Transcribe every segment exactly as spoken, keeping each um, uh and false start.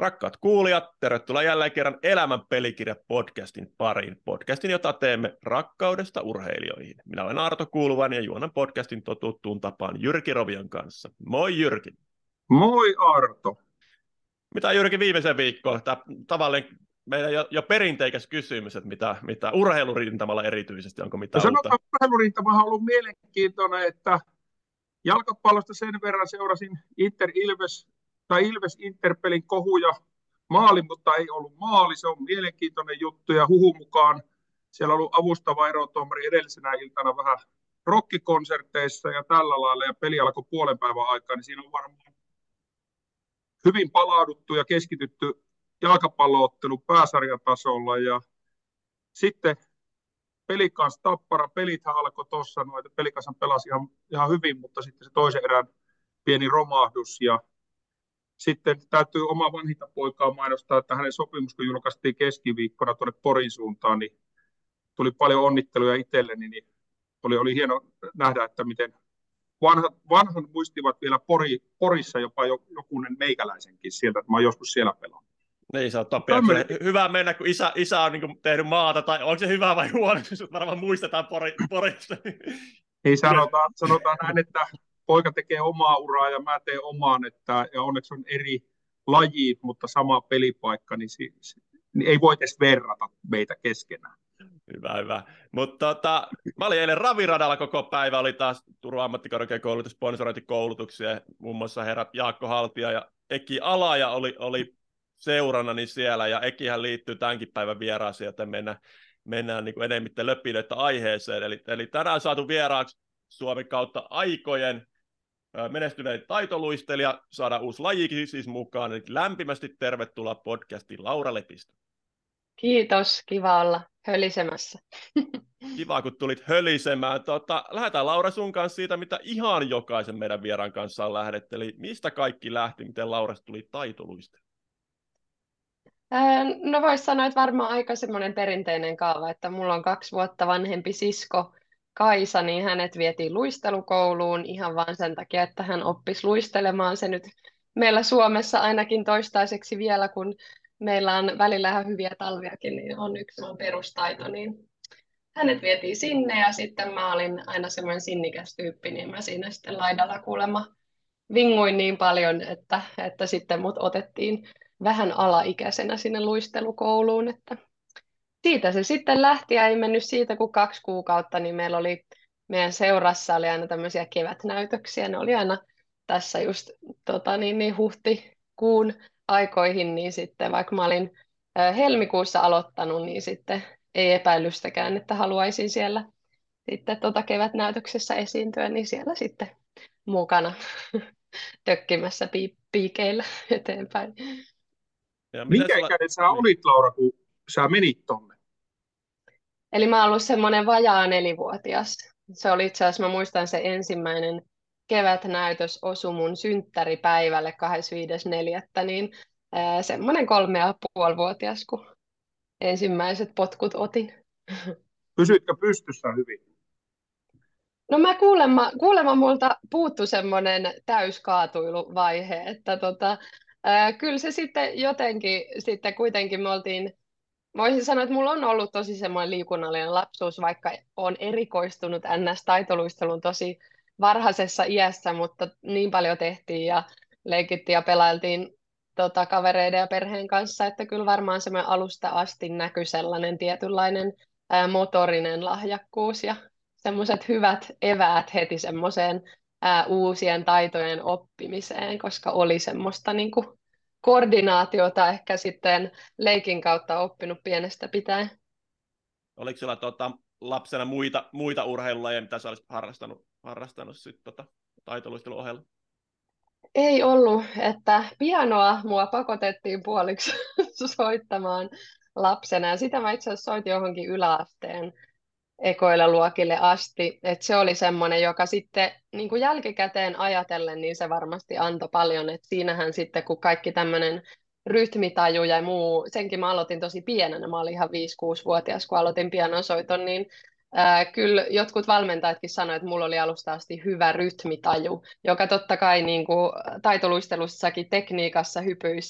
Rakkaat kuulijat, tervetuloa jälleen kerran Elämän pelikirja-podcastin pariin. Podcastin, jota teemme rakkaudesta urheilijoihin. Minä olen Arto Kuuluvainen ja juonan podcastin totuttuun tapaan Jyrki Rovion kanssa. Moi Jyrki. Moi Arto. Mitä Jyrki viimeisen viikkoon? Tämä tavallinen meidän jo, jo perinteikäs kysymys, että mitä, mitä urheilurintamalla erityisesti, onko mitään No uutta? sanotaan, urheilurintamahan on ollut mielenkiintoinen, että jalkapallosta sen verran seurasin Inter Ilves tai Ilves Interpelin kohuja maali, mutta ei ollut maali. Se on mielenkiintoinen juttu ja huhun mukaan siellä on ollut avustava erotuomari edellisenä iltana vähän rockikonserteissa ja tällä lailla ja peli alkoi puolen päivän aikaa, niin siinä on varmaan hyvin palauduttu ja keskitytty jalkapalloottelu pääsarjatasolla ja sitten Pelikans Tappara, pelithän alkoi tuossa, noita Pelikansan pelasi ihan, ihan hyvin, mutta sitten se toisen erän pieni romahdus ja sitten täytyy oma vanhinta poikaa mainostaa, että hänen sopimus, kun julkaistiin keskiviikkona tuonne Porin suuntaan, niin tuli paljon onnitteluja itselleni, niin oli, oli hieno nähdä, että miten vanhat, vanhan muistivat vielä Pori, Porissa jopa jokunen meikäläisenkin sieltä, että mä oon joskus siellä pelannut. Niin, se on Topi. Tämmöinen... Hyvä mennä, kun isä, isä on niin kuin tehnyt maata, tai onko se hyvä vai huono, jos varmaan muistetaan pori, Porista. Niin sanotaan, sanotaan näin, että poika tekee omaa uraa ja mä teen omaan, että, ja onneksi on eri lajit, mutta sama pelipaikka, niin, si, si, niin ei voi edes verrata meitä keskenään. Hyvä, hyvä. Mutta tota, mä olin eilen raviradalla koko päivä, oli taas Turun ammattikorkeakoulutus, sponsorointikoulutuksia, muun muassa herrat Jaakko Haltia ja Eki Alaja oli, oli seurannani siellä, ja Ekihän liittyy tämänkin päivän vieraaseen, joten mennään, mennään niin kuin enemmän löpinöitä aiheeseen. Eli, eli tänään saatu vieraaksi Suomen kautta aikojen menestyneet taitoluistelija, saada uusi lajikin siis mukaan. Eli lämpimästi tervetuloa podcastiin Laura Lepistö. Kiitos, kiva olla hölisemässä. Kiva, kun tulit hölisemään. Tota, lähdetään Laura sun kanssa siitä, mitä ihan jokaisen meidän vieraan kanssa on lähdetty. Eli mistä kaikki lähti, miten Laurasta tuli taitoluistelija? No voisi sanoa, että varmaan aika semmoinen perinteinen kaava, että mulla on kaksi vuotta vanhempi sisko Kaisa, niin hänet vietiin luistelukouluun ihan vaan sen takia, että hän oppisi luistelemaan. Se nyt meillä Suomessa ainakin toistaiseksi vielä, kun meillä on välillä ihan hyviä talviakin, niin on yksi perustaito, niin hänet vietiin sinne ja sitten mä olin aina semmoinen sinnikäs tyyppi, niin mä siinä sitten laidalla kuulemma vinguin niin paljon, että, että sitten mut otettiin vähän alaikäisenä sinne luistelukouluun, että siitä se sitten lähti ja ei mennyt siitä kuin kaksi kuukautta, niin meillä oli, meidän seurassa oli aina tämmöisiä kevätnäytöksiä, ne oli aina tässä just tota, niin, niin huhtikuun aikoihin, niin sitten vaikka mä olin helmikuussa aloittanut, niin sitten ei epäilystäkään, että haluaisin siellä sitten tota kevätnäytöksessä esiintyä, niin siellä sitten mukana tökkimässä piikeillä eteenpäin. Minkä sulla... ikäinen sä olit, Laura, kun sä menit tonne? Eli mä oon ollut semmoinen vajaa nelivuotias. Se oli itse asiassa, mä muistan se ensimmäinen kevätnäytös osui mun synttäripäivälle kahdeskymmenesviides neljättä niin ää, semmoinen kolme ja puolivuotias, kun ensimmäiset potkut otin. Pysyitkö pystyssä hyvin? No mä kuulemma, kuulemma multa puuttu semmoinen täyskaatuiluvaihe, että tota, ää, kyllä se sitten jotenkin, sitten kuitenkin me oltiin, voisin sanoa, että mulla on ollut tosi semmoinen liikunnallinen lapsuus, vaikka on erikoistunut N S-taitoluisteluun tosi varhaisessa iässä, mutta niin paljon tehtiin ja leikittiin ja pelailtiin tota, kavereiden ja perheen kanssa, että kyllä varmaan semmoinen alusta asti näkyi sellainen tietynlainen ää, motorinen lahjakkuus ja semmoiset hyvät eväät heti semmoiseen ää, uusien taitojen oppimiseen, koska oli semmoista niin kuin koordinaatiota ehkä sitten leikin kautta oppinut pienestä pitäen. Oliko sulla tota, lapsena muita, muita urheilulajeja, mitä sä olisit harrastanut, harrastanut sit, tota, taitoluistelun ohella? Ei ollut, että pianoa mua pakotettiin puoliksi soittamaan lapsena, ja sitä mä itse asiassa soitin johonkin yläasteen ekoille luokille asti, että se oli semmoinen, joka sitten niin kuin jälkikäteen ajatellen, niin se varmasti antoi paljon, että siinähän sitten kun kaikki tämmöinen rytmitaju ja muu, senkin mä aloitin tosi pienenä, mä olin ihan viisi-kuusi-vuotias, kun aloitin pianonsoiton, niin ää, kyllä jotkut valmentajatkin sanoivat, että mulla oli alusta asti hyvä rytmitaju, joka totta kai niin kuin taitoluistelussakin tekniikassa, hypyissä,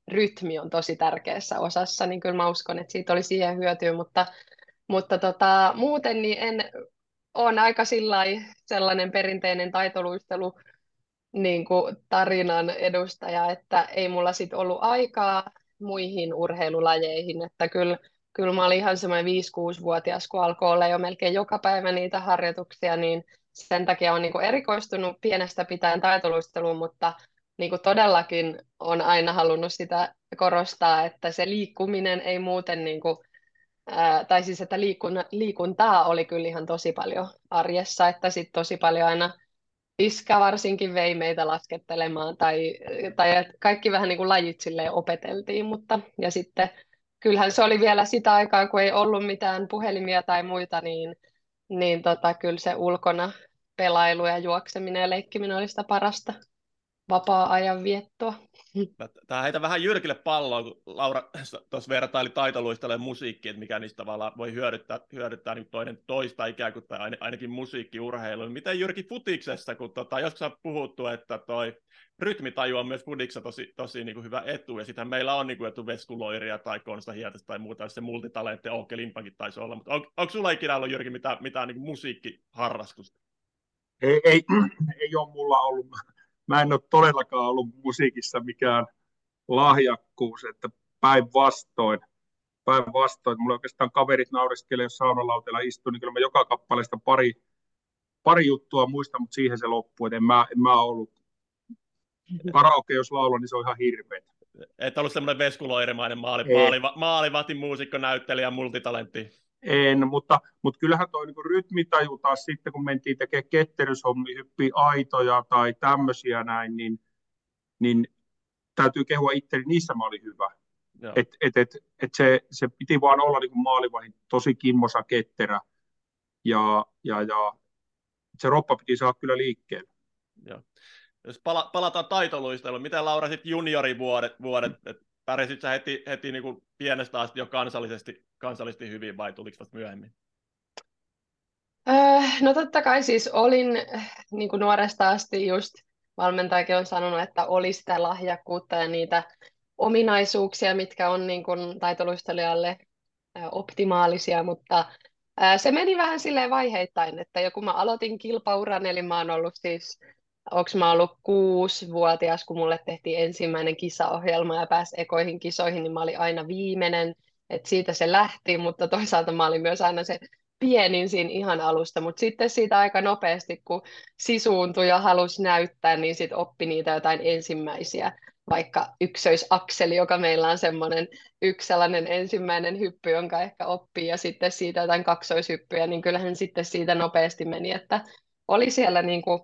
rytmi on tosi tärkeässä osassa, niin kyllä mä uskon, että siitä oli siihen hyötyä, mutta, mutta tota, muuten niin en ole aika sillai sellainen perinteinen taitoluistelu niin kuin tarinan edustaja, että ei mulla sit ollut aikaa muihin urheilulajeihin, että kyllä, kyllä mä olin ihan semmoinen viisi-kuusi-vuotias, kun alkoi olla jo melkein joka päivä niitä harjoituksia, niin sen takia on niin kuin erikoistunut pienestä pitäen taitoluisteluun, mutta niin kuin todellakin on aina halunnut sitä korostaa, että se liikkuminen ei muuten, niin kuin, ää, tai siis että liikun, liikuntaa oli kyllä ihan tosi paljon arjessa, että sitten tosi paljon aina iskä varsinkin vei meitä laskettelemaan tai, tai et kaikki vähän niin kuin lajit silleen opeteltiin, mutta ja sitten kyllähän se oli vielä sitä aikaa, kun ei ollut mitään puhelimia tai muita, niin, niin tota, kyllä se ulkona pelailu ja juokseminen ja leikkiminen oli sitä parasta vapaa-ajan viettoa. Tämä heitä vähän Jyrkille palloa, kun Laura tuossa vertaili taitoluistelua ja musiikkia, että mikä niistä tavallaan voi hyödyttää, hyödyttää niin toinen toista ikään kuin, tai ainakin musiikkiurheilu. Miten Jyrki futiksessa, kun tota, joskus on puhuttu, että toi rytmitaju on myös futiksessa tosi, tosi niin kuin hyvä etu, ja sittenhän meillä on niin kuin etu Vesku Loiria tai Konsta Hietasta tai muuta, se multitalentti Ouke Limpankin taisi olla, mutta on, onko sulla ikinä ollut, Jyrki, mitään, mitään niin kuin musiikkiharrastusta? Ei, ei, ei ole mulla ollut. Mä en ole todellakaan ollut musiikissa mikään lahjakkuus, että päinvastoin. Päinvastoin. Mulla oikeastaan kaverit naureskelee, jos saunalautella istuu, niin kyllä mä joka kappaleesta pari, pari juttua muistan, mutta siihen se loppuu. En mä, en mä ollut. Karaoke, jos laulan, niin se on ihan hirveä. Et ollut semmoinen Vesku Loirimainen maali, maali, maalivahti, muusikko, näyttelijä, multitalentti. En, mutta, mutta kyllähän tuo niin rytmitaju taas sitten, kun mentiin tekemään ketteryshommia, hyppii aitoja tai tämmöisiä näin, niin, niin täytyy kehua itseni, niissä mä olin hyvä. Et, et, et, et se, se piti vaan olla niin maalivahin tosi kimmosa ketterä, ja, ja, ja se roppa piti saada kyllä liikkeelle. Joo. Jos pala- palataan taitoluisteluun, miten Laura sitten juniorivuodet, vuodet, pärjäsit sä heti, heti niin kuin pienestä asti jo kansallisesti, kansallisesti hyvin vai tuliko vasta myöhemmin? Öö, no totta kai siis olin niin kuin nuoresta asti just, valmentajakin on sanonut, että oli sitä lahjakkuutta ja niitä ominaisuuksia, mitkä on niin kuin taitoluistelijalle optimaalisia, mutta se meni vähän silleen vaiheittain, että jo kun mä aloitin kilpauran, eli mä oon ollut siis, onko mä ollut kuusi-vuotias, kun mulle tehtiin ensimmäinen kisaohjelma ja pääsi ekoihin kisoihin, niin mä olin aina viimeinen, että siitä se lähti, mutta toisaalta mä olin myös aina se pienin siinä ihan alusta, mutta sitten siitä aika nopeasti, kun sisuuntui ja halusi näyttää, niin sitten oppi niitä jotain ensimmäisiä, vaikka ykkösakseli, joka meillä on semmoinen yksi sellainen ensimmäinen hyppy, jonka ehkä oppii, ja sitten siitä jotain kaksoishyppyjä, niin kyllähän sitten siitä nopeasti meni, että oli siellä niin kuin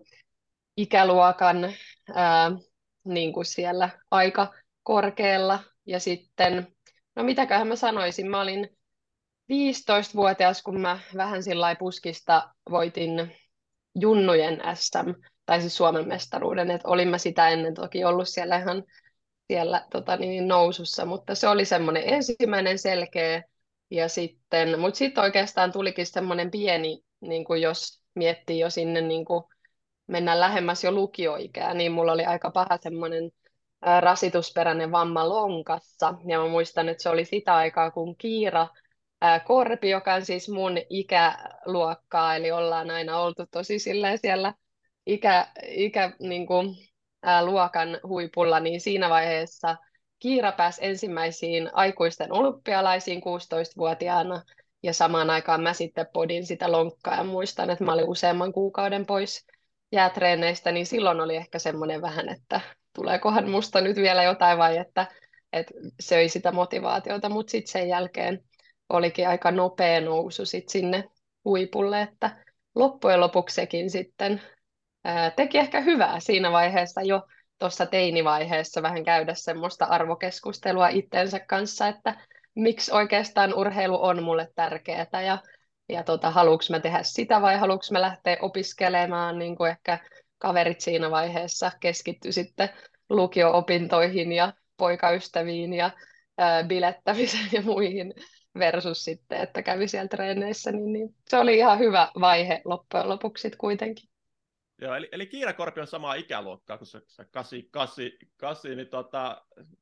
ikäluokan ää, niin kuin siellä aika korkealla, ja sitten, no mitäköhän mä sanoisin, mä olin viisitoistavuotias, kun mä vähän sillä puskista voitin junnujen S M, tai siis Suomen mestaruuden, että olin mä sitä ennen toki ollut siellä ihan siellä tota, niin, nousussa, mutta se oli semmoinen ensimmäinen selkeä, ja sitten, mutta sitten oikeastaan tulikin semmoinen pieni, niin kuin jos miettii jo sinne niin kuin mennään lähemmäs jo lukioikää, niin mulla oli aika paha semmoinen ää, rasitusperäinen vamma lonkassa, ja mä muistan, että se oli sitä aikaa, kun Kiira ää, Korpi, joka on siis mun ikäluokkaa, eli ollaan aina oltu tosi silleen siellä ikä, ikä niin kuin, ää, luokan huipulla, niin siinä vaiheessa Kiira pääsi ensimmäisiin aikuisten olympialaisiin kuusitoistavuotiaana, ja samaan aikaan mä sitten podin sitä lonkkaa, ja muistan, että mä olin useamman kuukauden pois jäätreeneistä, niin silloin oli ehkä semmoinen vähän, että tuleekohan musta nyt vielä jotain, vai että, että söi sitä motivaatiota, mutta sitten sen jälkeen olikin aika nopea nousu sit sinne huipulle, että loppujen lopuksi sekin sitten ää, teki ehkä hyvää siinä vaiheessa jo tuossa teinivaiheessa vähän käydä semmoista arvokeskustelua itsensä kanssa, että miksi oikeastaan urheilu on mulle tärkeää ja, ja tota, haluanko mä tehdä sitä vai haluanko mä lähteä opiskelemaan, niin kuin ehkä kaverit siinä vaiheessa keskitty sitten lukio-opintoihin ja poikaystäviin ja ää, bilettämiseen ja muihin versus sitten, että kävi siellä treeneissä, niin, niin se oli ihan hyvä vaihe loppujen lopuksi sitten kuitenkin. Joo, eli, eli Kiira Korpi on samaa ikäluokkaa kuin se, se kasi, kasi, kasi, niin tota,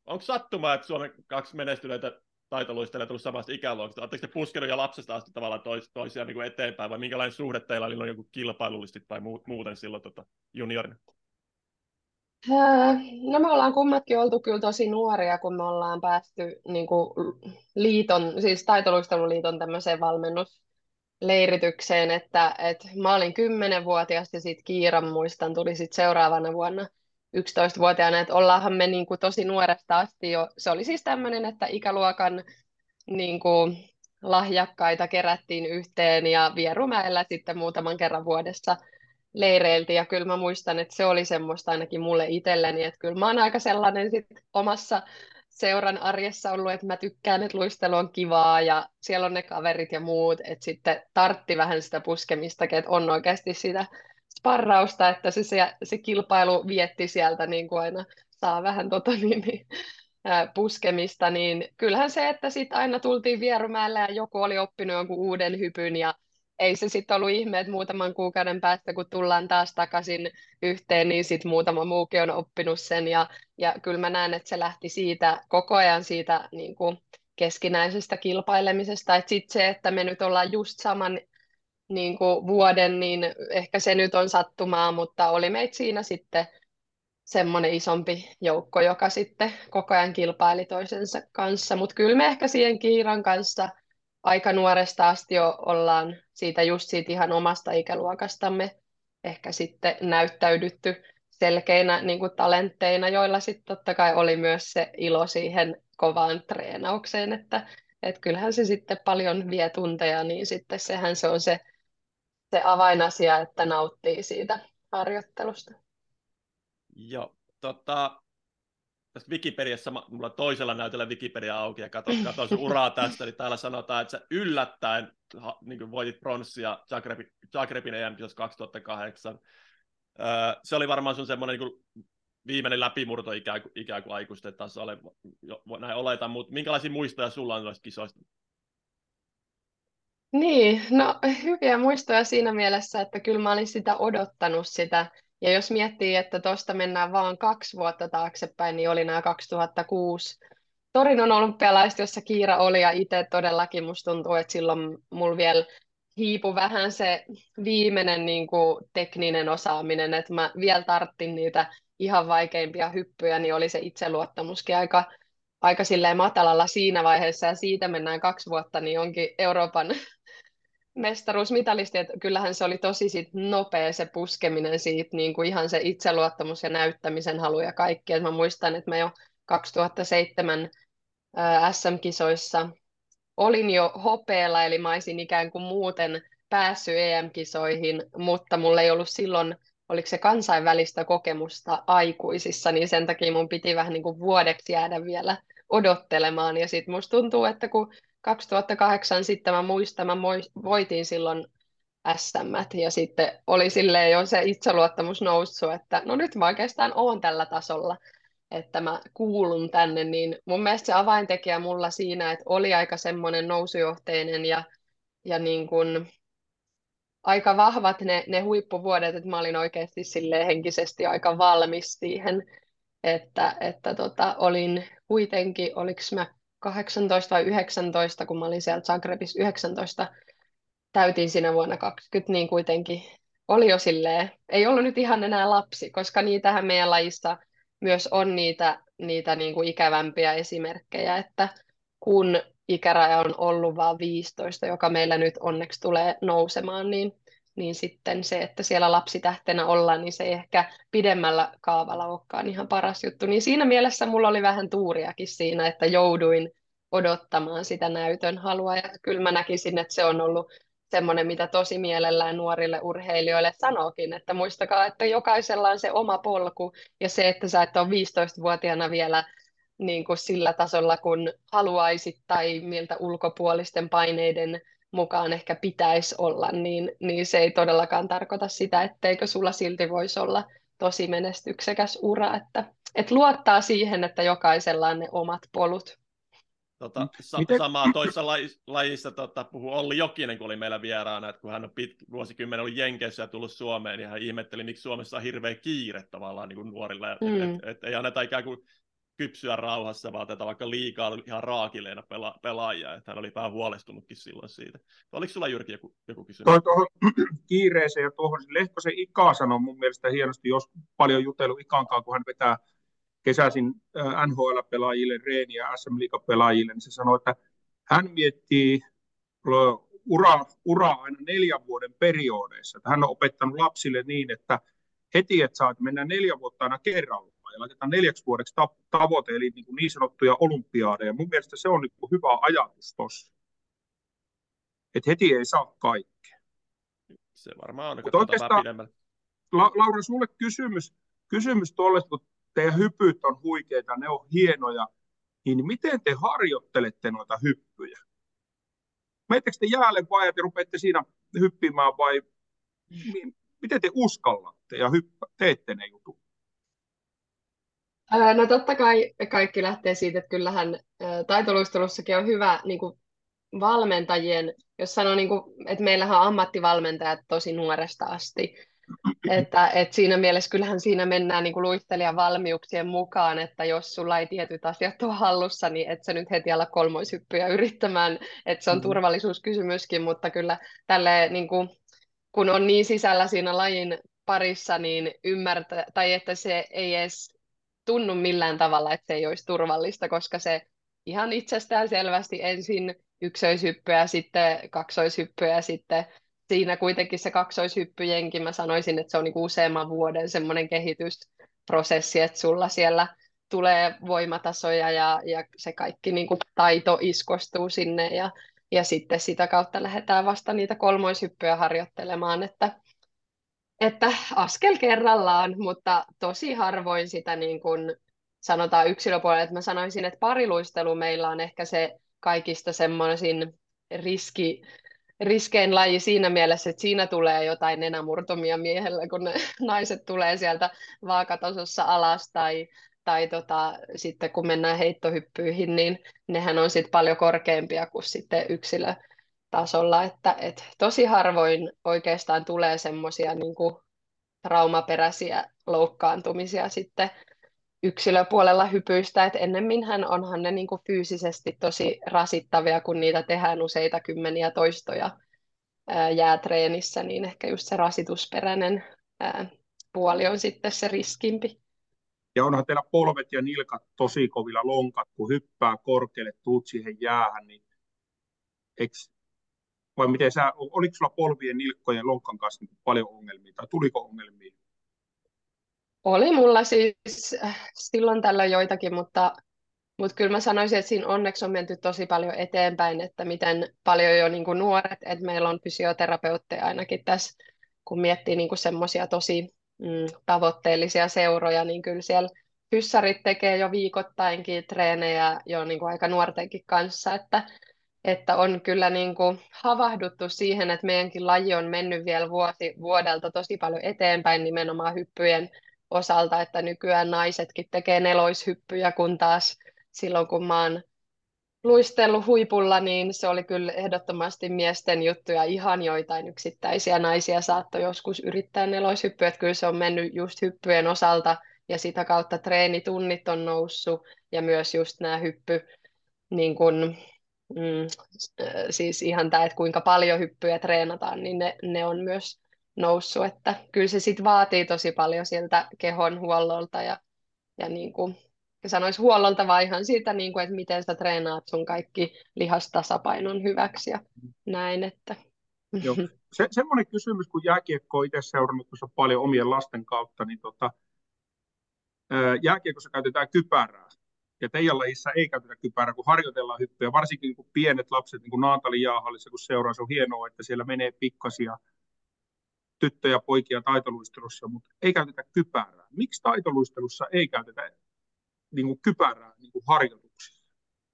onko sattumaa, että Suomen kaksi menestyneitä taitoluistelijaa tullut samasta ikäluokasta? Oletteko te puskenut jo lapsesta asti tavallaan tois, toisiaan niin kuin eteenpäin, vai minkälainen suhde teillä oli joku kilpailullisesti tai muuten silloin tota, juniorina? No me ollaan kummatkin oltu kyllä tosi nuoria, kun me ollaan päästy niin kuin liiton, siis Taitoluisteluliiton tämmöiseen valmennusleiritykseen, että, että mä olin kymmenvuotias ja sitten Kiiran muistan tuli sitten seuraavana vuonna yksitoistavuotiaana, että ollaanhan me niin kuin tosi nuoresta asti jo, se oli siis tämmöinen, että ikäluokan niin kuin lahjakkaita kerättiin yhteen ja Vierumäellä sitten muutaman kerran vuodessa leireiltiin, ja kyllä mä muistan, että se oli semmoista ainakin mulle itselleni, että kyllä mä oon aika sellainen sit omassa seuran arjessa ollut, että mä tykkään, että luistelu on kivaa, ja siellä on ne kaverit ja muut, että sitten tartti vähän sitä puskemistakin, että on oikeasti sitä sparrausta, että se, se, se kilpailu vietti sieltä niin kuin aina saa vähän tota niin, niin, ää, puskemista, niin kyllähän se, että sitten aina tultiin Vierumäelle ja joku oli oppinut jonkun uuden hypyn ja ei se sitten ollut ihme, että muutaman kuukauden päästä, kun tullaan taas takaisin yhteen, niin sitten muutama muukin on oppinut sen. Ja, ja kyllä mä näen, että se lähti siitä koko ajan siitä niin kuin keskinäisestä kilpailemisesta. Että sitten se, että me nyt ollaan just saman niin kuin vuoden, niin ehkä se nyt on sattumaa, mutta oli meitä siinä sitten semmoinen isompi joukko, joka sitten koko ajan kilpaili toisensa kanssa. Mutta kyllä me ehkä siihen Kiiran kanssa aika nuoresta asti jo ollaan siitä just siitä ihan omasta ikäluokastamme ehkä sitten näyttäydytty selkeinä niin kuin talentteina, joilla sitten totta kai oli myös se ilo siihen kovaan treenaukseen, että et kyllähän se sitten paljon vie tunteja, niin sitten sehän se on se, se avainasia, että nauttii siitä harjoittelusta. Joo, tota, tästä Wikipediassa, mulla on toisella näytöllä Wikipedia auki ja katson, katson sun uraa tästä, niin täällä sanotaan, että sä yllättäen niin kuin voitit pronssia Zagrebin, Zagrebin E M-kisossa kaksituhattakahdeksan. Öö, se oli varmaan sun semmoinen niin kuin viimeinen läpimurto ikään kuin, ikään kuin aikuisten tasolle, näin oletan, mutta minkälaisia muistoja sulla on noista kisoista? Niin, no hyviä muistoja siinä mielessä, että kyllä mä olin sitä odottanut sitä. Ja jos miettii, että tuosta mennään vaan kaksi vuotta taaksepäin, niin oli nämä kaksituhattakuusi Torinon olympialaiset, jossa Kiira oli, ja itse todellakin musta tuntuu, että silloin mulla vielä hiipui vähän se viimeinen niin kuin, tekninen osaaminen, että mä vielä tarttin niitä ihan vaikeimpia hyppyjä, niin oli se itseluottamuskin aika, aika silleen matalalla siinä vaiheessa, ja siitä mennään kaksi vuotta, niin onkin Euroopan mestaruusmitalisti, että kyllähän se oli tosi sit nopea se puskeminen siitä, niin kuin ihan se itseluottamus ja näyttämisen halu ja kaikki. Et mä muistan, että mä jo kaksituhattaseitsemän ää, S M-kisoissa olin jo hopealla, eli mä olisin ikään kuin muuten päässyt E M-kisoihin, mutta mulla ei ollut silloin, oliko se kansainvälistä kokemusta aikuisissa, niin sen takia mun piti vähän niin kuin vuodeksi jäädä vielä odottelemaan. Ja sitten musta tuntuu, että kun kaksituhattakahdeksan sitten mä muistan, mä voitin silloin S M ja sitten oli silleen jo se itseluottamus noussut, että no nyt mä oikeastaan oon tällä tasolla, että mä kuulun tänne, niin mun mielestä se avaintekijä mulla siinä, että oli aika semmoinen nousujohteinen ja, ja niin kuin aika vahvat ne, ne huippuvuodet, että mä olin oikeasti silleen henkisesti aika valmis siihen, että, että tota, olin kuitenkin, oliko mä kahdeksantoista vai yhdeksäntoista, kun mä olin siellä Zagrebissa yhdeksäntoista, täytin siinä vuonna kaksikymmentä, niin kuitenkin oli jo silleen, ei ollut nyt ihan enää lapsi, koska niitähän meidän lajissa myös on niitä, niitä niin kuin ikävämpiä esimerkkejä, että kun ikäraja on ollut vain viisitoista, joka meillä nyt onneksi tulee nousemaan, niin, niin sitten se, että siellä lapsitähtenä ollaan, niin se ei ehkä pidemmällä kaavalla olekaan ihan paras juttu. Niin siinä mielessä mulla oli vähän tuuriakin siinä, että jouduin odottamaan sitä näytön halua, ja kyllä mä näkisin, että se on ollut semmoinen, mitä tosi mielellään nuorille urheilijoille sanookin, että muistakaa, että jokaisella on se oma polku, ja se, että sä et ole viisitoistavuotiaana vielä niin kuin sillä tasolla, kun haluaisit tai miltä ulkopuolisten paineiden mukaan ehkä pitäisi olla, niin, niin se ei todellakaan tarkoita sitä, etteikö sulla silti voisi olla tosi menestyksekäs ura, että, että luottaa siihen, että jokaisella on ne omat polut. Tota, sa- Miten... Samaa toisessa lajissa, lajissa tota, puhui Olli Jokinen, kun oli meillä vieraana, että kun hän on pit- vuosikymmenen ollut Jenkeissä ja tullut Suomeen, niin hän ihmetteli, miksi Suomessa on hirveä kiire tavallaan niin kuin nuorilla, että mm. et, et, et ei anneta ikään kuin kypsyä rauhassa, vaan tätä vaikka liikaa oli ihan raakileena pela- pelaajia, että hän oli vähän huolestunutkin silloin siitä. Oliko sulla Jyrki joku, joku kysymys? Toi tuohon kiireeseen ja tuohon Lehkosen Ika sanoi mun mielestä hienosti, jos paljon jutellut Ikankaan, kun hän vetää kesäisin N H L-pelaajille, reeniä S M-liigapelaajille, niin se sanoi, että hän miettii ura, uraa aina neljän vuoden periodeissa. Että hän on opettanut lapsille niin, että heti, että saat mennä neljä vuotta aina kerrallaan ja laitetaan neljäksi vuodeksi tavoite, eli niin, kuin niin sanottuja olympiaadeja. Mun mielestä se on niin kuin hyvä ajatus tuossa. Että heti ei saa kaikkea. Se varmaan on, katsotaan vähän pidemmälle. La- Laura, sulle kysymys, kysymys tuollaista, kun teidän hypyt on huikeita, ne on hienoja, niin miten te harjoittelette noita hyppyjä? Menettekö te jäälle vai ja te rupeatte siinä hyppimään vai miten te uskallatte ja hyppä, teette ne jutut? No totta kai kaikki lähtee siitä, että kyllähän taitoluistelussakin on hyvä niin kuin valmentajien, jos sanoo, niin kuin, että meillähän on ammattivalmentajat tosi nuoresta asti, että, että siinä mielessä kyllähän siinä mennään niin kuin luistelijan valmiuksien mukaan, että jos sulla ei tietyt asiat ole hallussa, niin et sä nyt heti ala kolmoishyppyjä yrittämään, että se on turvallisuuskysymyskin, mutta kyllä tälle niin kuin, kun on niin sisällä siinä lajin parissa, niin ymmärtää, tai että se ei edes tunnu millään tavalla, että se ei olisi turvallista, koska se ihan itsestään selvästi ensin ykköishyppyä ja sitten kaksoishyppyä ja sitten siinä kuitenkin se kaksoishyppyjenkin, mä sanoisin, että se on niinku useamman vuoden semmoinen kehitysprosessi, että sulla siellä tulee voimatasoja ja, ja se kaikki niinku taito iskostuu sinne ja, ja sitten sitä kautta lähdetään vasta niitä kolmoishyppyjä harjoittelemaan, että että askel kerrallaan, mutta tosi harvoin sitä niin kuin sanotaan yksilöpuolella, että mä sanoisin, että pariluistelu meillä on ehkä se kaikista semmoisin riski, riskein laji siinä mielessä, että siinä tulee jotain nenämurtumia miehellä, kun ne naiset tulee sieltä vaakatasossa alas tai, tai tota, sitten kun mennään heittohyppyihin, niin nehän on sitten paljon korkeampia kuin sitten yksilö tasolla, että et tosi harvoin oikeastaan tulee semmoisia niin kuin traumaperäisiä loukkaantumisia sitten yksilöpuolella hypyistä, että ennemminhän onhan ne niin kuin fyysisesti tosi rasittavia, kun niitä tehdään useita kymmeniä toistoja ää, jäätreenissä, niin ehkä just se rasitusperäinen ää, puoli on sitten se riskimpi. Ja onhan teillä polvet ja nilkat tosi kovilla lonkat, kun hyppää korkealle, tuut siihen jäähän, niin eks, vai miten sä, oliko sulla polvien, nilkkojen, lonkan kanssa niin paljon ongelmia, tai tuliko ongelmia? Oli mulla siis äh, silloin tällöin joitakin, mutta, mutta kyllä mä sanoisin, että siinä onneksi on menty tosi paljon eteenpäin, että miten paljon jo niin kuin nuoret, että meillä on fysioterapeutteja ainakin tässä, kun miettii niin kuin semmoisia tosi mm, tavoitteellisia seuroja, niin kyllä siellä fyssarit tekee jo viikoittainkin treenejä jo niin kuin aika nuortenkin kanssa, että että on kyllä niin kuin havahduttu siihen, että meidänkin laji on mennyt vielä vuosi vuodelta tosi paljon eteenpäin nimenomaan hyppyjen osalta, että nykyään naisetkin tekee neloishyppyjä, kun taas silloin kun mä oon luistellut huipulla, niin se oli kyllä ehdottomasti miesten juttu ja ihan joitain yksittäisiä naisia saattoi joskus yrittää neloishyppyä, että kyllä se on mennyt just hyppyjen osalta ja sitä kautta treenitunnit on noussut ja myös just nämä hyppy niin kuin Mm, siis ihan tämä, että kuinka paljon hyppyjä treenataan, niin ne, ne on myös noussut, että kyllä se sitten vaatii tosi paljon sieltä kehon huollolta ja, ja niin kuin sanoisi huollolta vaan ihan siitä, niin kuin, että miten sä treenaat sun kaikki lihastasapainon hyväksi ja näin, että Joo. Se, semmoinen kysymys, kun jääkiekko on itse seurannut tuossa paljon omien lasten kautta, niin tota, jääkiekossa käytetään kypärää. Ja teidän lajissa ei käytetä kypärää, kun harjoitellaan hyppyjä. Varsinkin kun pienet lapset, niin kuin Naantalin jäähallissa, kun seuraa, se on hienoa, että siellä menee pikkasia tyttöjä, poikia taitoluistelussa, mutta ei käytetä kypärää. Miksi taitoluistelussa ei käytetä niin kuin kypärää niin kuin harjoituksissa?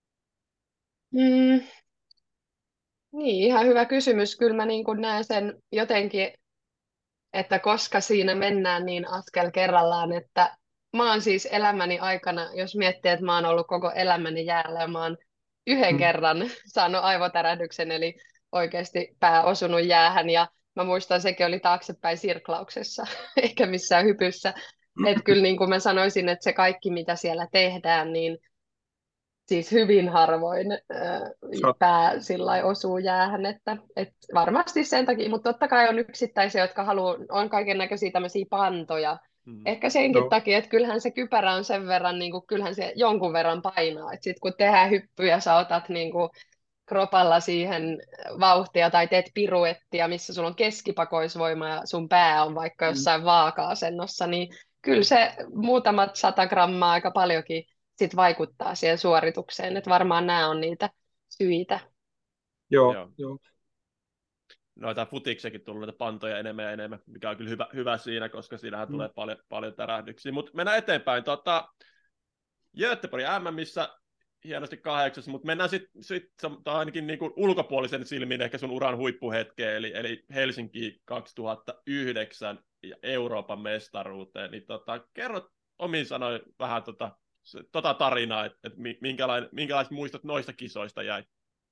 mm, niin, ihan hyvä kysymys. Kyllä mä niin kuin näen sen jotenkin, että koska siinä mennään niin askel kerrallaan, että mä oon siis elämäni aikana, jos miettii, että mä oon ollut koko elämäni jäällä ja mä oon yhden hmm. kerran saanut aivotärähdyksen, eli oikeasti pää osunut jäähän ja mä muistan, sekin oli taaksepäin sirklauksessa, eikä missään hypyssä, että kyllä niin kuin mä sanoisin, että se kaikki, mitä siellä tehdään, niin siis hyvin harvoin äh, Sä, pää sillä lailla osuu jäähän, että, että varmasti sen takia, mutta totta kai on yksittäisiä, jotka haluaa, on kaiken näköisiä tämmöisiä pantoja, Mm. ehkä senkin no, takia, että kyllähän se kypärä on sen verran, niin kuin, kyllähän se jonkun verran painaa, että sitten kun tehdään hyppyjä, sä otat niin kuin, kropalla siihen vauhtia tai teet piruettia, missä sulla on keskipakoisvoima ja sun pää on vaikka mm, jossain vaaka-asennossa, niin kyllä se muutamat sata grammaa aika paljonkin sit vaikuttaa siihen suoritukseen, että varmaan nämä on niitä syitä. joo, Joo. joo. Noita futiksekin tullut näitä pantoja enemmän ja enemmän, mikä on kyllä hyvä, hyvä siinä, koska siinähän Mm. tulee paljon, paljon tärähdyksiä. Mutta mennään eteenpäin. Tota, Göteborg M missä hienosti kahdeksas, mutta mennään sitten sit, sit ainakin niinku ulkopuolisen silmin ehkä sun uran huippuhetkeen, eli, eli Helsinki kaksituhattayhdeksän ja Euroopan mestaruuteen. Niin tota, kerro omin sanoin vähän tota, se, tota tarinaa, että et minkälainen, minkälaiset muistot noista kisoista jäi?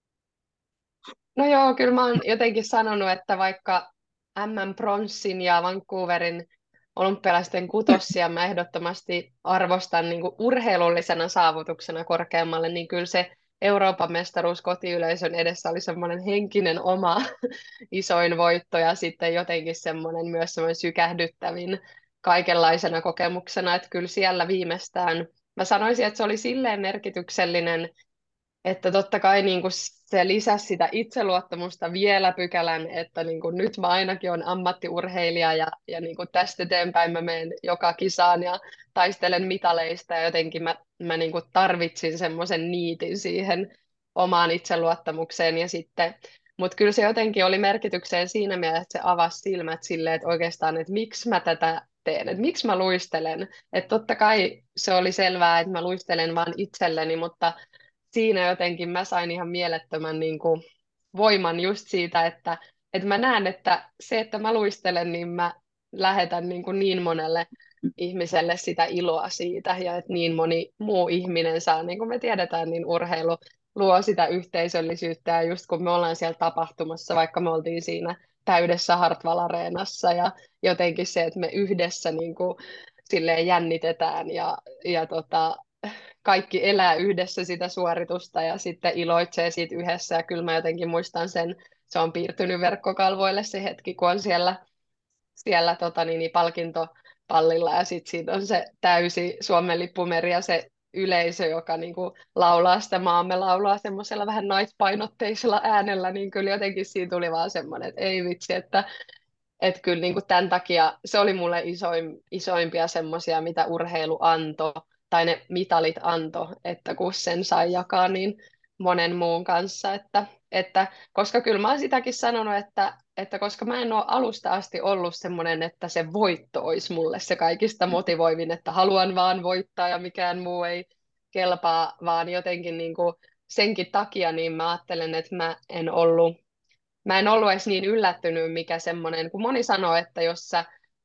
No joo, kyllä mä oon jotenkin sanonut, että vaikka M M-pronssin ja Vancouverin olympialaisten kutossia mä ehdottomasti arvostan niin kuin urheilullisena saavutuksena korkeammalle, niin kyllä se Euroopan mestaruus kotiyleisön edessä oli semmoinen henkinen oma isoin voitto ja sitten jotenkin semmoinen myös semmoinen sykähdyttävin kaikenlaisena kokemuksena, että kyllä siellä viimeistään mä sanoisin, että se oli silleen merkityksellinen, että totta kai niin kuin se lisäsi sitä itseluottamusta vielä pykälän, että niin kuin nyt mä ainakin olen ammattiurheilija ja, ja niin kuin tästä eteenpäin mä menen joka kisaan ja taistelen mitaleista ja jotenkin mä, mä niin kuin tarvitsin semmoisen niitin siihen omaan itseluottamukseen ja sitten, mutta kyllä se jotenkin oli merkitykseen siinä mielessä, että se avasi silmät silleen, että oikeastaan, että miksi mä tätä teen, että miksi mä luistelen, että totta kai se oli selvää, että mä luistelen vaan itselleni, mutta siinä jotenkin mä sain ihan mielettömän niin kuin, voiman just siitä, että, että mä näen, että se, että mä luistelen, niin mä lähetän niin, kuin niin monelle ihmiselle sitä iloa siitä, ja että niin moni muu ihminen saa, niin kuin me tiedetään, niin urheilu luo sitä yhteisöllisyyttä, ja just kun me ollaan siellä tapahtumassa, vaikka me oltiin siinä täydessä Hartwall-areenassa, ja jotenkin se, että me yhdessä niin kuin, silleen jännitetään, ja, ja tota, kaikki elää yhdessä sitä suoritusta ja sitten iloitsee siitä yhdessä. Ja kyllä mä jotenkin muistan sen, se on piirtynyt verkkokalvoille se hetki, kun on siellä, siellä tota, niin, niin, palkintopallilla ja sitten siinä on se täysi Suomen lippumeri ja se yleisö, joka niin kuin, laulaa sitä maamme laulaa semmoisella vähän naispainotteisella äänellä, niin kyllä jotenkin siinä tuli vaan semmoinen, että ei vitsi, että että kyllä niin kuin tämän takia se oli mulle isoin, isoimpia semmoisia, mitä urheilu antoi, tai ne mitalit antoi, että kun sen sai jakaa niin monen muun kanssa. Että, että, koska kyllä mä oon sitäkin sanonut, että, että koska mä en ole alusta asti ollut semmoinen, että se voitto olisi mulle se kaikista motivoivin, että haluan vaan voittaa ja mikään muu ei kelpaa, vaan jotenkin niin kuin senkin takia niin mä ajattelen, että mä en ollut mä en ollut edes niin yllättynyt, mikä semmoinen, kun moni sanoo, että jos sä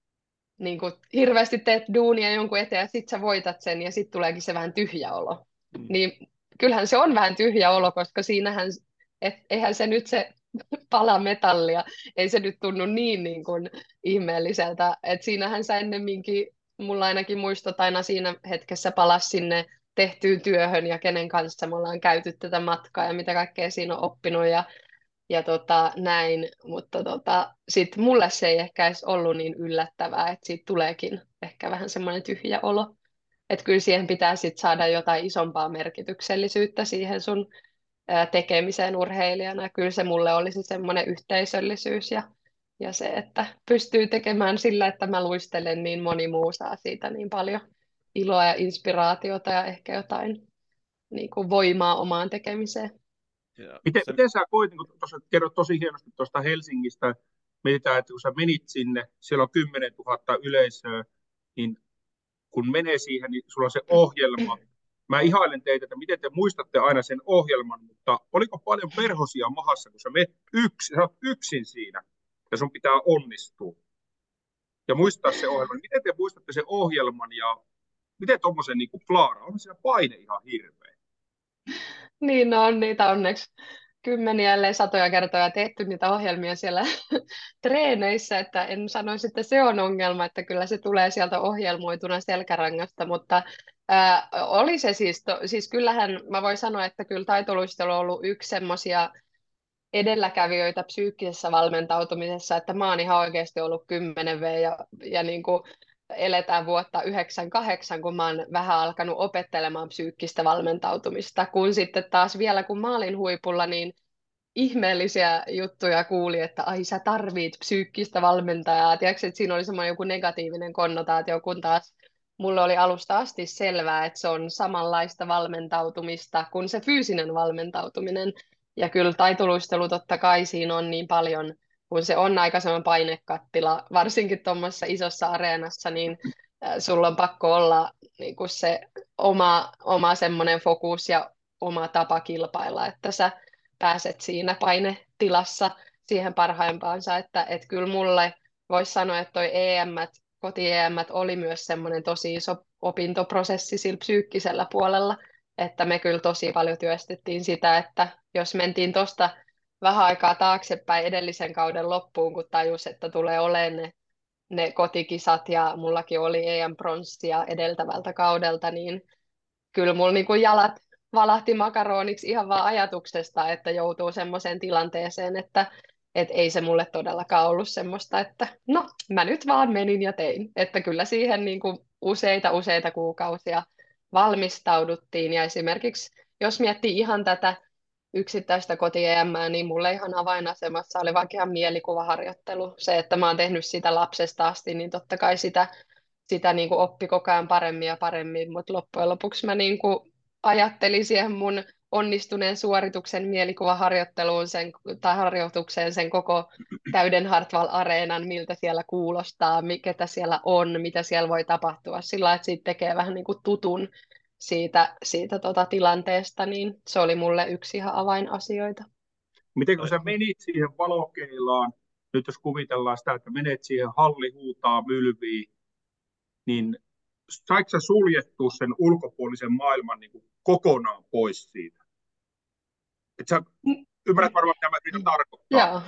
niin kuin, hirveästi teet duunia jonkun eteen ja sit sä voitat sen ja sit tuleekin se vähän tyhjä olo. Mm. Niin kyllähän se on vähän tyhjä olo, koska siinähän, et, eihän se nyt se pala metallia, ei se nyt tunnu niin, niin kuin ihmeelliseltä, että siinähän sä ennemminkin, mulla ainakin muistot aina siinä hetkessä palas sinne tehtyyn työhön ja kenen kanssa me ollaan käyty tätä matkaa ja mitä kaikkea siinä on oppinut ja ja tota, näin, mutta tota, sit mulle se ei ehkä edes ollut niin yllättävää, että siitä tuleekin ehkä vähän semmoinen tyhjä olo. Että kyllä siihen pitää sit saada jotain isompaa merkityksellisyyttä siihen sun ää, tekemiseen urheilijana. Kyllä se mulle olisi semmoinen yhteisöllisyys ja, ja se, että pystyy tekemään sillä, että mä luistelen, niin moni muu saa siitä niin paljon iloa ja inspiraatiota ja ehkä jotain niin kuin voimaa omaan tekemiseen. Ja Miten, se, miten sä koit, niin kun tuossa kerrot tosi hienosti tuosta Helsingistä, mietitään, että kun sä menit sinne, siellä on kymmenen tuhatta yleisöä, niin kun menee siihen, niin sulla on se ohjelma. Mä ihailen teitä, että miten te muistatte aina sen ohjelman, mutta oliko paljon perhosia mahassa, kun sä menet yksin, sä oot yksin siinä, ja sun pitää onnistua ja muistaa se ohjelma. Miten te muistatte sen ohjelman ja miten tuommoisen niin klaara? On siinä paine ihan hirveä. Niin, no on niitä onneksi kymmeniä, ellei satoja kertoja tehty niitä ohjelmia siellä treeneissä, että en sanoisi, että se on ongelma, että kyllä se tulee sieltä ohjelmoituna selkärangasta, mutta ää, oli se siis, to, siis kyllähän mä voin sanoa, että kyllä taitoluistelu on ollut yksi semmoisia edelläkävijöitä psyykkisessä valmentautumisessa, että mä oon ihan oikeasti ollut kymmenen V ja, ja niin kuin eletään vuotta yhdeksänkymmentäkahdeksan, kun mä oon vähän alkanut opettelemaan psyykkistä valmentautumista, kun sitten taas vielä kun mä olin huipulla, niin ihmeellisiä juttuja kuuli, että ai sä tarvit psyykkistä valmentajaa. Tiedätkö, että siinä oli semmoinen joku negatiivinen konnotaatio, kun taas mulle oli alusta asti selvää, että se on samanlaista valmentautumista kuin se fyysinen valmentautuminen. Ja kyllä taitoluistelu totta kai siinä on niin paljon, kun se on aika semmoinen painekattila, varsinkin tuommoisessa isossa areenassa, niin äh, sulla on pakko olla niin kuin se oma, oma semmoinen fokus ja oma tapa kilpailla, että sä pääset siinä painetilassa siihen parhaimpaansa, että et kyllä mulle voisi sanoa, että toi E M, koti-E M oli myös semmoinen tosi iso opintoprosessi sillä psyykkisellä puolella, että me kyllä tosi paljon työstettiin sitä, että jos mentiin tuosta vähän aikaa taaksepäin edellisen kauden loppuun, kun tajus, että tulee olemaan ne, ne kotikisat ja mullakin oli E M-pronssia edeltävältä kaudelta, niin kyllä mulla niinku jalat valahti makaroniksi ihan vaan ajatuksesta, että joutuu semmoiseen tilanteeseen, että et ei se mulle todellakaan ollut semmoista, että no, mä nyt vaan menin ja tein. Että kyllä siihen niinku useita useita kuukausia valmistauduttiin ja esimerkiksi jos miettii ihan tätä yksittäistä kotielämää, niin mulle ihan avainasemassa oli vaikka ihan mielikuvaharjoittelu. Se, että mä oon tehnyt sitä lapsesta asti, niin totta kai sitä, sitä niin kuin oppi koko ajan paremmin ja paremmin, mutta loppujen lopuksi mä niin kuin ajattelin siihen mun onnistuneen suorituksen mielikuvaharjoitteluun sen, tai harjoitukseen sen koko täyden Hartwall-areenan, miltä siellä kuulostaa, ketä siellä on, mitä siellä voi tapahtua, sillä lailla, että siitä tekee vähän niin kuin tutun siitä, siitä tota tilanteesta, niin se oli mulle yksi ihan avainasioita. Miten kun sä menit siihen valokeilaan, nyt jos kuvitellaan sitä, että menet siihen halli huutaa mylviin, niin saiko sä suljettua sen ulkopuolisen maailman niin kuin kokonaan pois siitä? Et sä ymmärrät varmaan, mitä mä yritän tarkoittaa. Joo.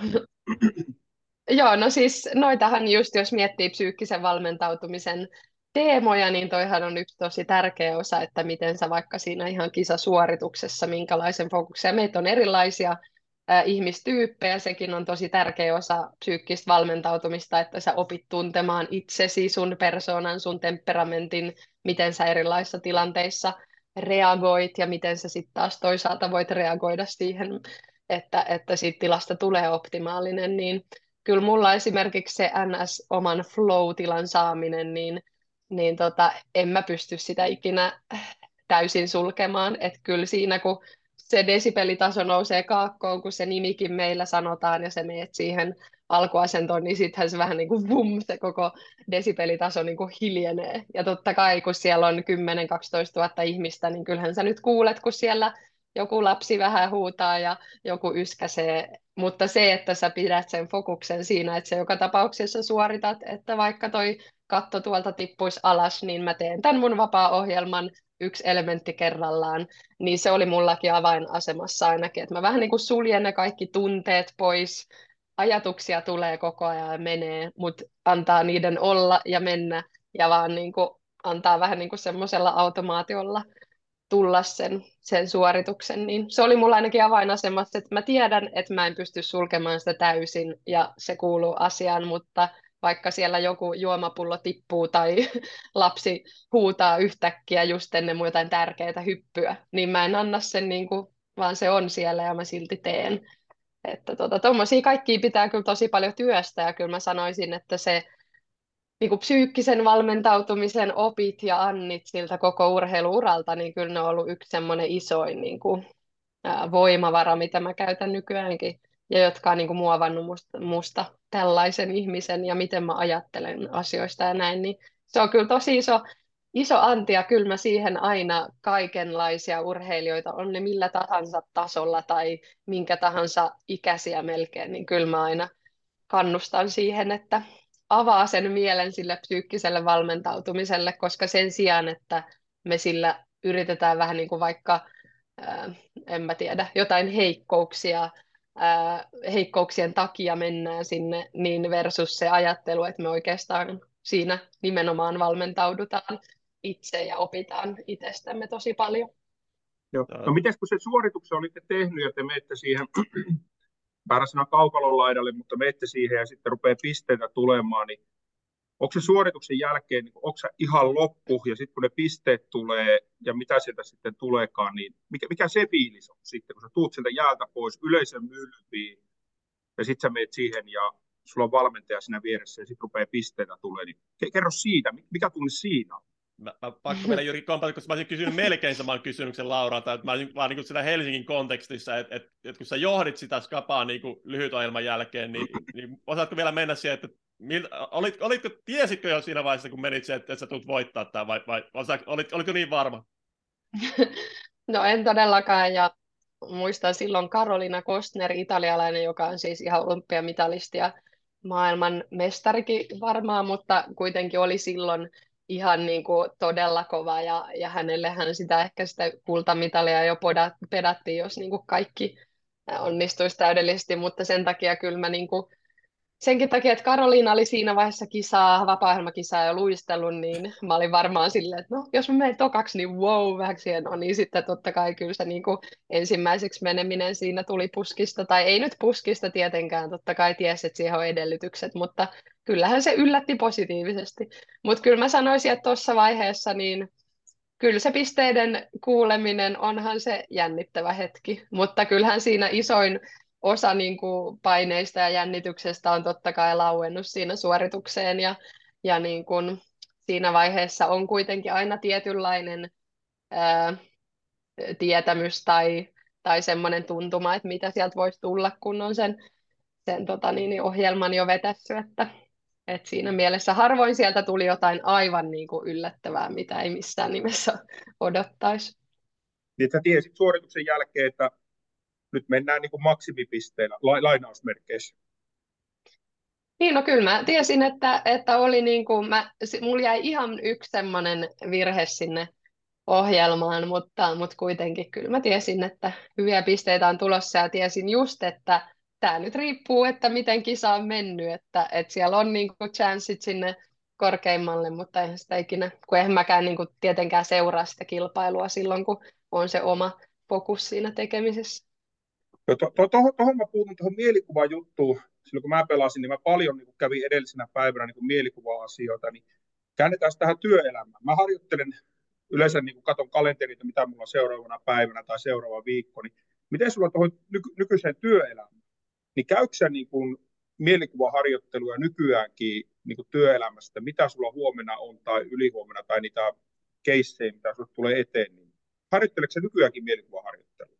Joo, no siis noitahan just, jos miettii psyykkisen valmentautumisen teemoja, niin toihan on yksi tosi tärkeä osa, että miten sä vaikka siinä ihan kisasuorituksessa, minkälaisen fokuksen. Meitä on erilaisia äh, ihmistyyppejä, sekin on tosi tärkeä osa psyykkistä valmentautumista, että sä opit tuntemaan itsesi, sun persoonan, sun temperamentin, miten sä erilaisissa tilanteissa reagoit ja miten sä sitten taas toisaalta voit reagoida siihen, että, että siitä tilasta tulee optimaalinen, niin kyllä mulla esimerkiksi se N S oman flow-tilan saaminen, niin, niin tota, en mä pysty sitä ikinä täysin sulkemaan. Että kyllä siinä, kun se desibelitaso nousee kaakkoon, kun se nimikin meillä sanotaan, ja se meet siihen alkuasentoon, niin sittenhän se vähän niin kuin vum, se koko desibelitaso niin kuin hiljenee. Ja totta kai, kun siellä on kymmenen kaksitoista tuhatta ihmistä, niin kyllähän sä nyt kuulet, kun siellä joku lapsi vähän huutaa ja joku yskäsee, mutta se, että sä pidät sen fokuksen siinä, että sä joka tapauksessa suoritat, että vaikka toi katto tuolta tippuisi alas, niin mä teen tämän mun vapaa-ohjelman yksi elementti kerrallaan, niin se oli mullakin avainasemassa ainakin, että mä vähän niin kuin suljen ne kaikki tunteet pois, ajatuksia tulee koko ajan ja menee, mutta antaa niiden olla ja mennä ja vaan niin kuin antaa vähän niin kuin semmoisella automaatiolla tulla sen, sen suorituksen, niin se oli mulla ainakin avainasemassa, että mä tiedän, että mä en pysty sulkemaan sitä täysin ja se kuuluu asiaan, mutta vaikka siellä joku juomapullo tippuu tai lapsi huutaa yhtäkkiä just ennen mun jotain tärkeää hyppyä, niin mä en anna sen niin kuin, vaan se on siellä ja mä silti teen. Että tota, tommosia kaikkia pitää kyllä tosi paljon työstää ja kyllä mä sanoisin, että se niin kuin psyykkisen valmentautumisen opit ja annit siltä koko urheiluuralta, niin kyllä ne on ollut yksi semmoinen isoin niin kuin, ää, voimavara, mitä mä käytän nykyäänkin, ja jotka on niin kuin, muovannut musta, musta tällaisen ihmisen ja miten mä ajattelen asioista ja näin, niin se on kyllä tosi iso, iso anti, ja kyllä mä siihen aina kaikenlaisia urheilijoita, on ne millä tahansa tasolla tai minkä tahansa ikäisiä melkein, niin kyllä mä aina kannustan siihen, että avaa sen mielen sille psyykkiselle valmentautumiselle, koska sen sijaan, että me sillä yritetään vähän niin kuin vaikka ää, en mä tiedä, jotain heikkouksia, ää, heikkouksien takia mennään sinne, niin versus se ajattelu, että me oikeastaan siinä nimenomaan valmentaudutaan itse ja opitaan itsestämme tosi paljon. Joo. No miten kun se suorituksen olitte tehnyt ja te menette siihen väärä sana kaukalon laidalle, mutta menette siihen ja sitten rupeaa pisteitä tulemaan, niin onko se suorituksen jälkeen, niin onko se ihan loppu ja sitten kun ne pisteet tulee ja mitä sieltä sitten tuleekaan, niin mikä, mikä se fiilis on sitten, kun sä tuut sieltä jäältä pois yleisön mylviin ja sitten sä menet siihen ja sulla on valmentaja siinä vieressä ja sitten rupeaa pisteitä tulee, niin kerro siitä, mikä tunne siinä on? Mä, mä pakko vielä Jyri kompata, koska mä olisin kysynyt melkein saman kysymyksen Lauralta, että mä olisin vaan niin sitä Helsingin kontekstissa, että, että, että kun sä johdit sitä skapaa niin lyhytohjelman jälkeen, niin, niin osaatko vielä mennä siihen, että mil, olit, olitko, tiesitkö jo siinä vaiheessa, kun menit siihen, että, että sä tulet voittaa tämän, vai, vai osaat, olit, olitko niin varma? No en todellakaan, ja muistan silloin Karolina Kostner, italialainen, joka on siis ihan olympiamitalisti ja maailman mestarikin varmaan, mutta kuitenkin oli silloin ihan niin kuin todella kova, ja, ja hänellehän sitä ehkä sitä kultamitalia jo podat, pedattiin, jos niin kuin kaikki onnistuisi täydellisesti, mutta sen takia kyllä mä niin kuin senkin takia, että Karoliina oli siinä vaiheessa kisaa, vapaa-ohjelmakisaa ja luistellut, niin mä olin varmaan silleen, että no, jos mä menen tokaksi, niin wow, vähäksi hienoa. Niin sitten totta kai kyllä se niin kuin ensimmäiseksi meneminen siinä tuli puskista, tai ei nyt puskista tietenkään, totta kai tiesi, että siihen on edellytykset, mutta kyllähän se yllätti positiivisesti. Mutta kyllä mä sanoisin, että tuossa vaiheessa niin kyllä se pisteiden kuuleminen onhan se jännittävä hetki, mutta kyllähän siinä isoin osa niin kuin paineista ja jännityksestä on totta kai lauennut siinä suoritukseen ja, ja niin kuin siinä vaiheessa on kuitenkin aina tietynlainen ää, tietämys tai, tai semmoinen tuntuma, että mitä sieltä voisi tulla, kun on sen, sen tota niin, ohjelman jo vetässyt, että, että siinä mielessä harvoin sieltä tuli jotain aivan niin kuin yllättävää, mitä ei missään nimessä odottaisi. Niin sä tiesit suorituksen jälkeen, että nyt mennään niin kuin maksimipisteillä, la, lainausmerkeissä. Niin, no kyllä mä tiesin, että, että oli niin kuin, mä, mulla jäi ihan yksi semmoinen virhe sinne ohjelmaan, mutta, mutta kuitenkin kyllä mä tiesin, että hyviä pisteitä on tulossa ja tiesin just, että tämä nyt riippuu, että miten kisa on mennyt, että, että siellä on niin kuin chanssit sinne korkeimmalle, mutta eihän sitä ikinä, kun eihän mäkään niin kuin tietenkään seuraa sitä kilpailua silloin, kun on se oma fokus siinä tekemisessä. Tuohon to, to, to, mä puhun tuohon mielikuvajuttuun. Silloin kun mä pelasin, niin mä paljon niin kävin edellisenä päivänä niin mielikuva-asioita. Niin käännetään tähän työelämään. Mä harjoittelen yleensä, niin kun katson kalenterita, mitä mulla on seuraavana päivänä tai seuraava viikko. Niin miten sulla tuohon nyky- nykyiseen työelämään? Niin käykö sä niin kuin mielikuvaharjoittelua nykyäänkin niin kuin työelämästä? Mitä sulla huomenna on tai ylihuomenna tai niitä keissejä, mitä sulla tulee eteen? Niin harjoitteleeko sä nykyäänkin mielikuvaharjoittelua?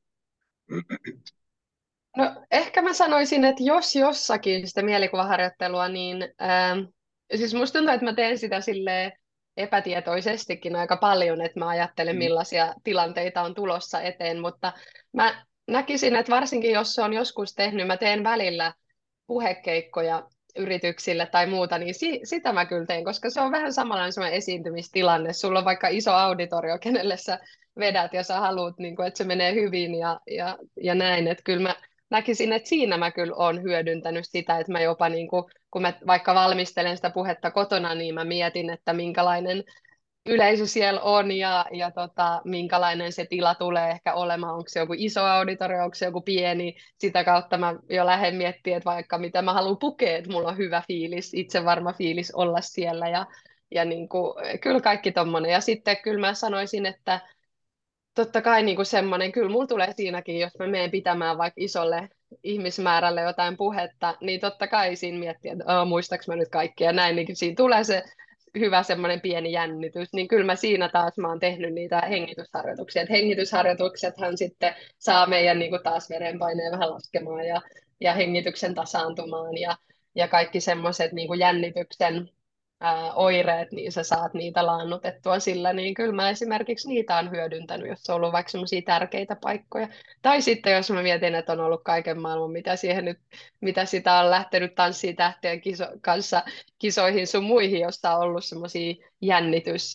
No ehkä mä sanoisin, että jos jossakin sitä mielikuvaharjoittelua, niin ähm, siis musta tuntuu, että mä teen sitä silleen epätietoisestikin aika paljon, että mä ajattelen millaisia tilanteita on tulossa eteen, mutta mä näkisin, että varsinkin jos se on joskus tehnyt, mä teen välillä puhekeikkoja yrityksille tai muuta, niin si- sitä mä kyllä teen, koska se on vähän samanlainen semmoinen esiintymistilanne. Sulla on vaikka iso auditorio, kenelle sä vedät ja sä haluat, niin kuin, että se menee hyvin ja, ja, ja näin, että kyllä mä näkisin, että siinä mä kyllä olen hyödyntänyt sitä, että mä jopa niin kuin, kun mä vaikka valmistelen sitä puhetta kotona, niin mä mietin, että minkälainen yleisö siellä on ja, ja tota, minkälainen se tila tulee ehkä olemaan, onko se joku iso auditorio, onko se joku pieni, sitä kautta mä jo lähden miettimään, että vaikka mitä mä haluan pukea, että mulla on hyvä fiilis, itse varma fiilis olla siellä ja, ja niin kuin, kyllä kaikki tommonen. Ja sitten kyllä mä sanoisin, että totta kai niin kuin semmoinen, kyllä mulla tulee siinäkin, jos mä menen pitämään vaikka isolle ihmismäärälle jotain puhetta, niin totta kai siinä miettii, että oh, muistaaks mä nyt kaikkia ja näin, niin siinä tulee se hyvä semmoinen pieni jännitys, niin kyllä mä siinä taas mä oon tehnyt niitä hengitysharjoituksia, että hengitysharjoituksethan sitten saa meidän niin kuin taas verenpaineen vähän laskemaan ja, ja hengityksen tasaantumaan ja, ja kaikki semmoiset niin kuin jännityksen ää, oireet, niin sä saat niitä laannutettua sillä, niin kyllä mä esimerkiksi niitä on hyödyntänyt, jos on ollut vaikka semmoisia tärkeitä paikkoja. Tai sitten jos mä mietin, että on ollut kaiken maailman, mitä siihen nyt, mitä sitä on lähtenyt tanssiin tähtien kiso, kanssa kisoihin sun muihin, jossa on ollut semmoisia jännitys,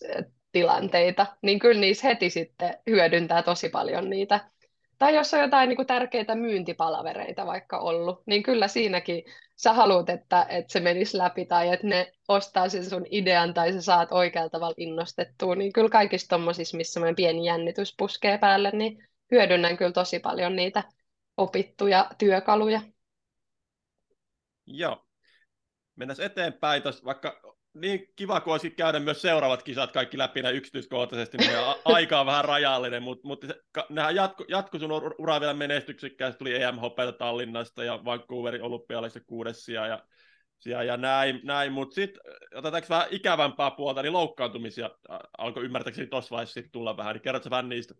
tilanteita, niin kyllä niissä heti sitten hyödyntää tosi paljon niitä. Tai jos on jotain niin kuin tärkeitä myyntipalavereita vaikka ollut, niin kyllä siinäkin sä haluat, että, että se menisi läpi tai että ne ostaa sen sun idean tai sä saat oikealla tavalla innostettua, niin kyllä kaikissa tommosissa, missä semmoinen pieni jännitys puskee päälle, niin hyödynnän kyllä tosi paljon niitä opittuja työkaluja. Joo. Mennään eteenpäin. Tos, vaikka niin kiva, kun olisi käydä myös seuraavat kisat kaikki läpi näin yksityiskohtaisesti, niin meidän a- aika on vähän rajallinen, mutta, mutta se, ka, nehän jatku, jatku sun ur- uraa vielä menestyksekkäästi, tuli E M H P:tä Tallinnasta ja Vancouverin olympialaisista kuudes sija ja, sija ja näin, näin. Mutta sitten otetaanko vähän ikävämpää puolta, niin loukkaantumisia alkoi ymmärtääkseni tuossa vaiheessa tulla vähän, niin kerrotko vähän niistä?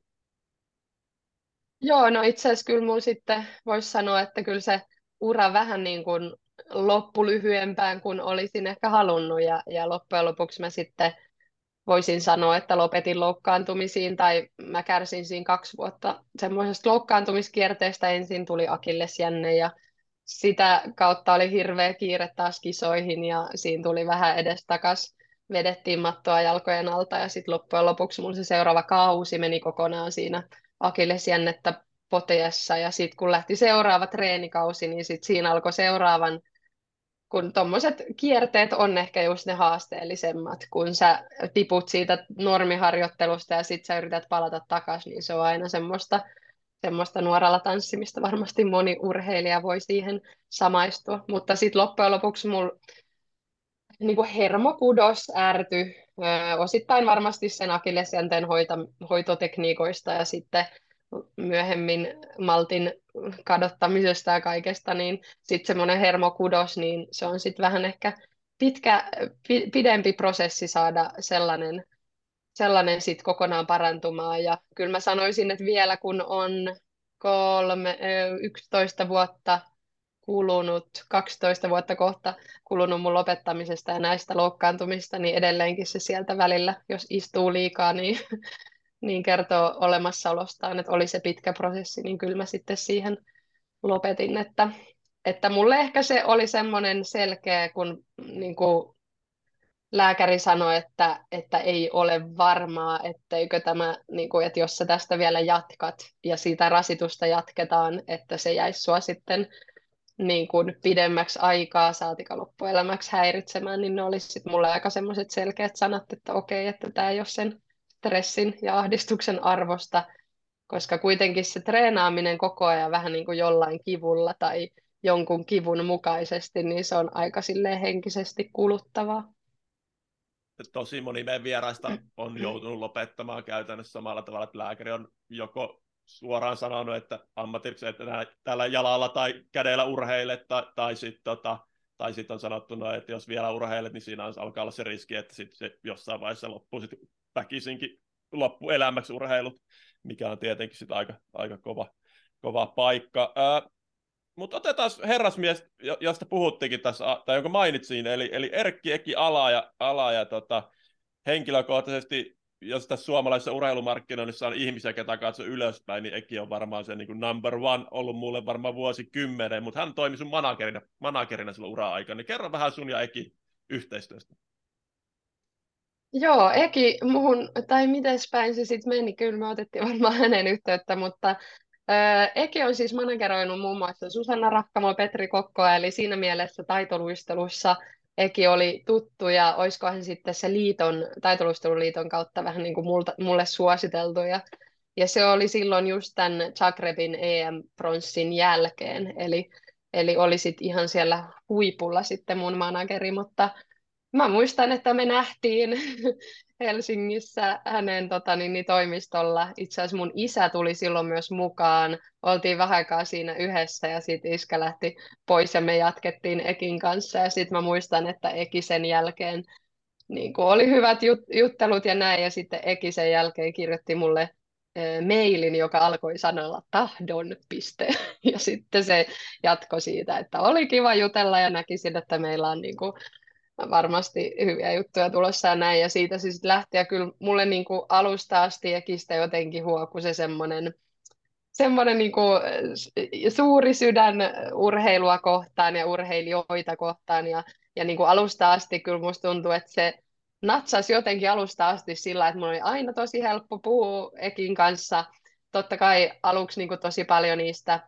Joo, no itse asiassa kyllä mun sitten voisi sanoa, että kyllä se ura vähän niin kuin loppui lyhyempään kuin olisin ehkä halunnut ja, ja loppujen lopuksi mä sitten voisin sanoa, että lopetin loukkaantumisiin tai mä kärsin siinä kaksi vuotta semmoisesta loukkaantumiskierteestä. Ensin tuli akillesjänne ja sitä kautta oli hirveä kiire taas kisoihin ja siinä tuli vähän edestakas. Vedettiin mattoa jalkojen alta ja sitten loppujen lopuksi mun se seuraava kausi meni kokonaan siinä akillesjännettä poteessa ja sitten kun lähti seuraava treenikausi, niin sitten siinä alkoi seuraavan kun tuommoiset kierteet on ehkä just ne haasteellisemmat, kun sä tiput siitä normiharjoittelusta ja sit sä yrität palata takaisin, niin se on aina semmoista, semmoista nuoralla tanssimista. Varmasti moni urheilija voi siihen samaistua, mutta sitten loppujen lopuksi mulla niin hermo pudos, ärty, öö, osittain varmasti sen akillesjänteen hoita, hoitotekniikoista ja sitten myöhemmin maltin kadottamisesta ja kaikesta, niin sitten semmoinen hermokudos, niin se on sitten vähän ehkä pitkä, pi, pidempi prosessi saada sellainen, sellainen sitten kokonaan parantumaan. Ja kyllä mä sanoisin, että vielä kun on kolme, ö, yksitoista vuotta kulunut, kaksitoista vuotta kohta kulunut mun lopettamisesta ja näistä loukkaantumista, niin edelleenkin se sieltä välillä, jos istuu liikaa, niin niin kertoo olemassaolostaan, että oli se pitkä prosessi, niin kyllä mä sitten siihen lopetin, että, että mulle ehkä se oli semmoinen selkeä, kun niin kuin lääkäri sanoi, että, että ei ole varmaa, etteikö tämä, niin kuin, että jos sä tästä vielä jatkat ja sitä rasitusta jatketaan, että se jäisi sua sitten niin kuin pidemmäksi aikaa, saatika loppuelämäksi häiritsemään, niin ne olisi sitten mulle aika semmoiset selkeät sanat, että okei, että tämä ei ole sen stressin ja ahdistuksen arvosta, koska kuitenkin se treenaaminen koko ajan vähän niin kuin jollain kivulla tai jonkun kivun mukaisesti, niin se on aika silleen henkisesti kuluttavaa. Tosi moni meidän vieraista on joutunut lopettamaan käytännössä samalla tavalla, että lääkäri on joko suoraan sanonut, että ammatiksi, että tällä jalalla tai kädellä urheilet, tai, tai sitten tota, tai sit on sanottu, no, että jos vielä urheilet, niin siinä alkaa olla se riski, että sit se jossain vaiheessa loppuu sit väkisinkin loppuelämäksi urheilut, mikä on tietenkin sit aika, aika kova, kova paikka. Ää, mutta otetaan herrasmies, josta puhuttiinkin tässä, tai jonka mainitsin, eli, eli Erkki Eki Ala ja, Ala ja tota, henkilökohtaisesti, jos tässä suomalaisessa urheilumarkkinoinnissa on ihmisiä, ketä katsoo ylöspäin, niin Eki on varmaan se niin kuin number one ollut mulle varmaan vuosikymmenen, mutta hän toimi sun managerina, managerina silloin ura-aikana. Niin kerro vähän sun ja Eki yhteistyöstä. Joo, Eki muhun, tai miten päin se sitten meni, kyllä me otettiin varmaan hänen yhteyttä, mutta Öö, Eki on siis manageroinut muun muassa Susanna Rahkamo, Petri Kokkoa, eli siinä mielessä taitoluistelussa Eki oli tuttu, ja olisikohan sitten se liiton, taitoluisteluliiton kautta vähän niin kuin multa, mulle suositeltu, ja, ja se oli silloin just tämän Zagrebin E M-pronssin jälkeen, eli, eli oli sitten ihan siellä huipulla sitten mun manageri, mutta mä muistan, että me nähtiin Helsingissä hänen tota, niin, niin, toimistolla. Itse asiassa mun isä tuli silloin myös mukaan. Oltiin vähän aikaa siinä yhdessä ja sitten iskä lähti pois ja me jatkettiin Ekin kanssa. Ja sitten mä muistan, että Eki sen jälkeen niin kuin oli hyvät jut- juttelut ja näin. Ja sitten Eki sen jälkeen kirjoitti mulle eh, mailin, joka alkoi sanalla tahdon piste. Ja sitten se jatkoi siitä, että oli kiva jutella ja näkisin, että meillä on niin kuin varmasti hyviä juttuja tulossa ja näin, ja siitä se sitten lähti, ja kyllä mulle niin kuin alusta asti Ekistä jotenkin huokui se semmoinen, semmoinen niin kuin suuri sydän urheilua kohtaan ja urheilijoita kohtaan, ja, ja niin kuin alusta asti kyllä musta tuntuu, että se natsasi jotenkin alusta asti sillä, että mulla oli aina tosi helppo puhua Ekin kanssa. Totta kai aluksi niin kuin tosi paljon niistä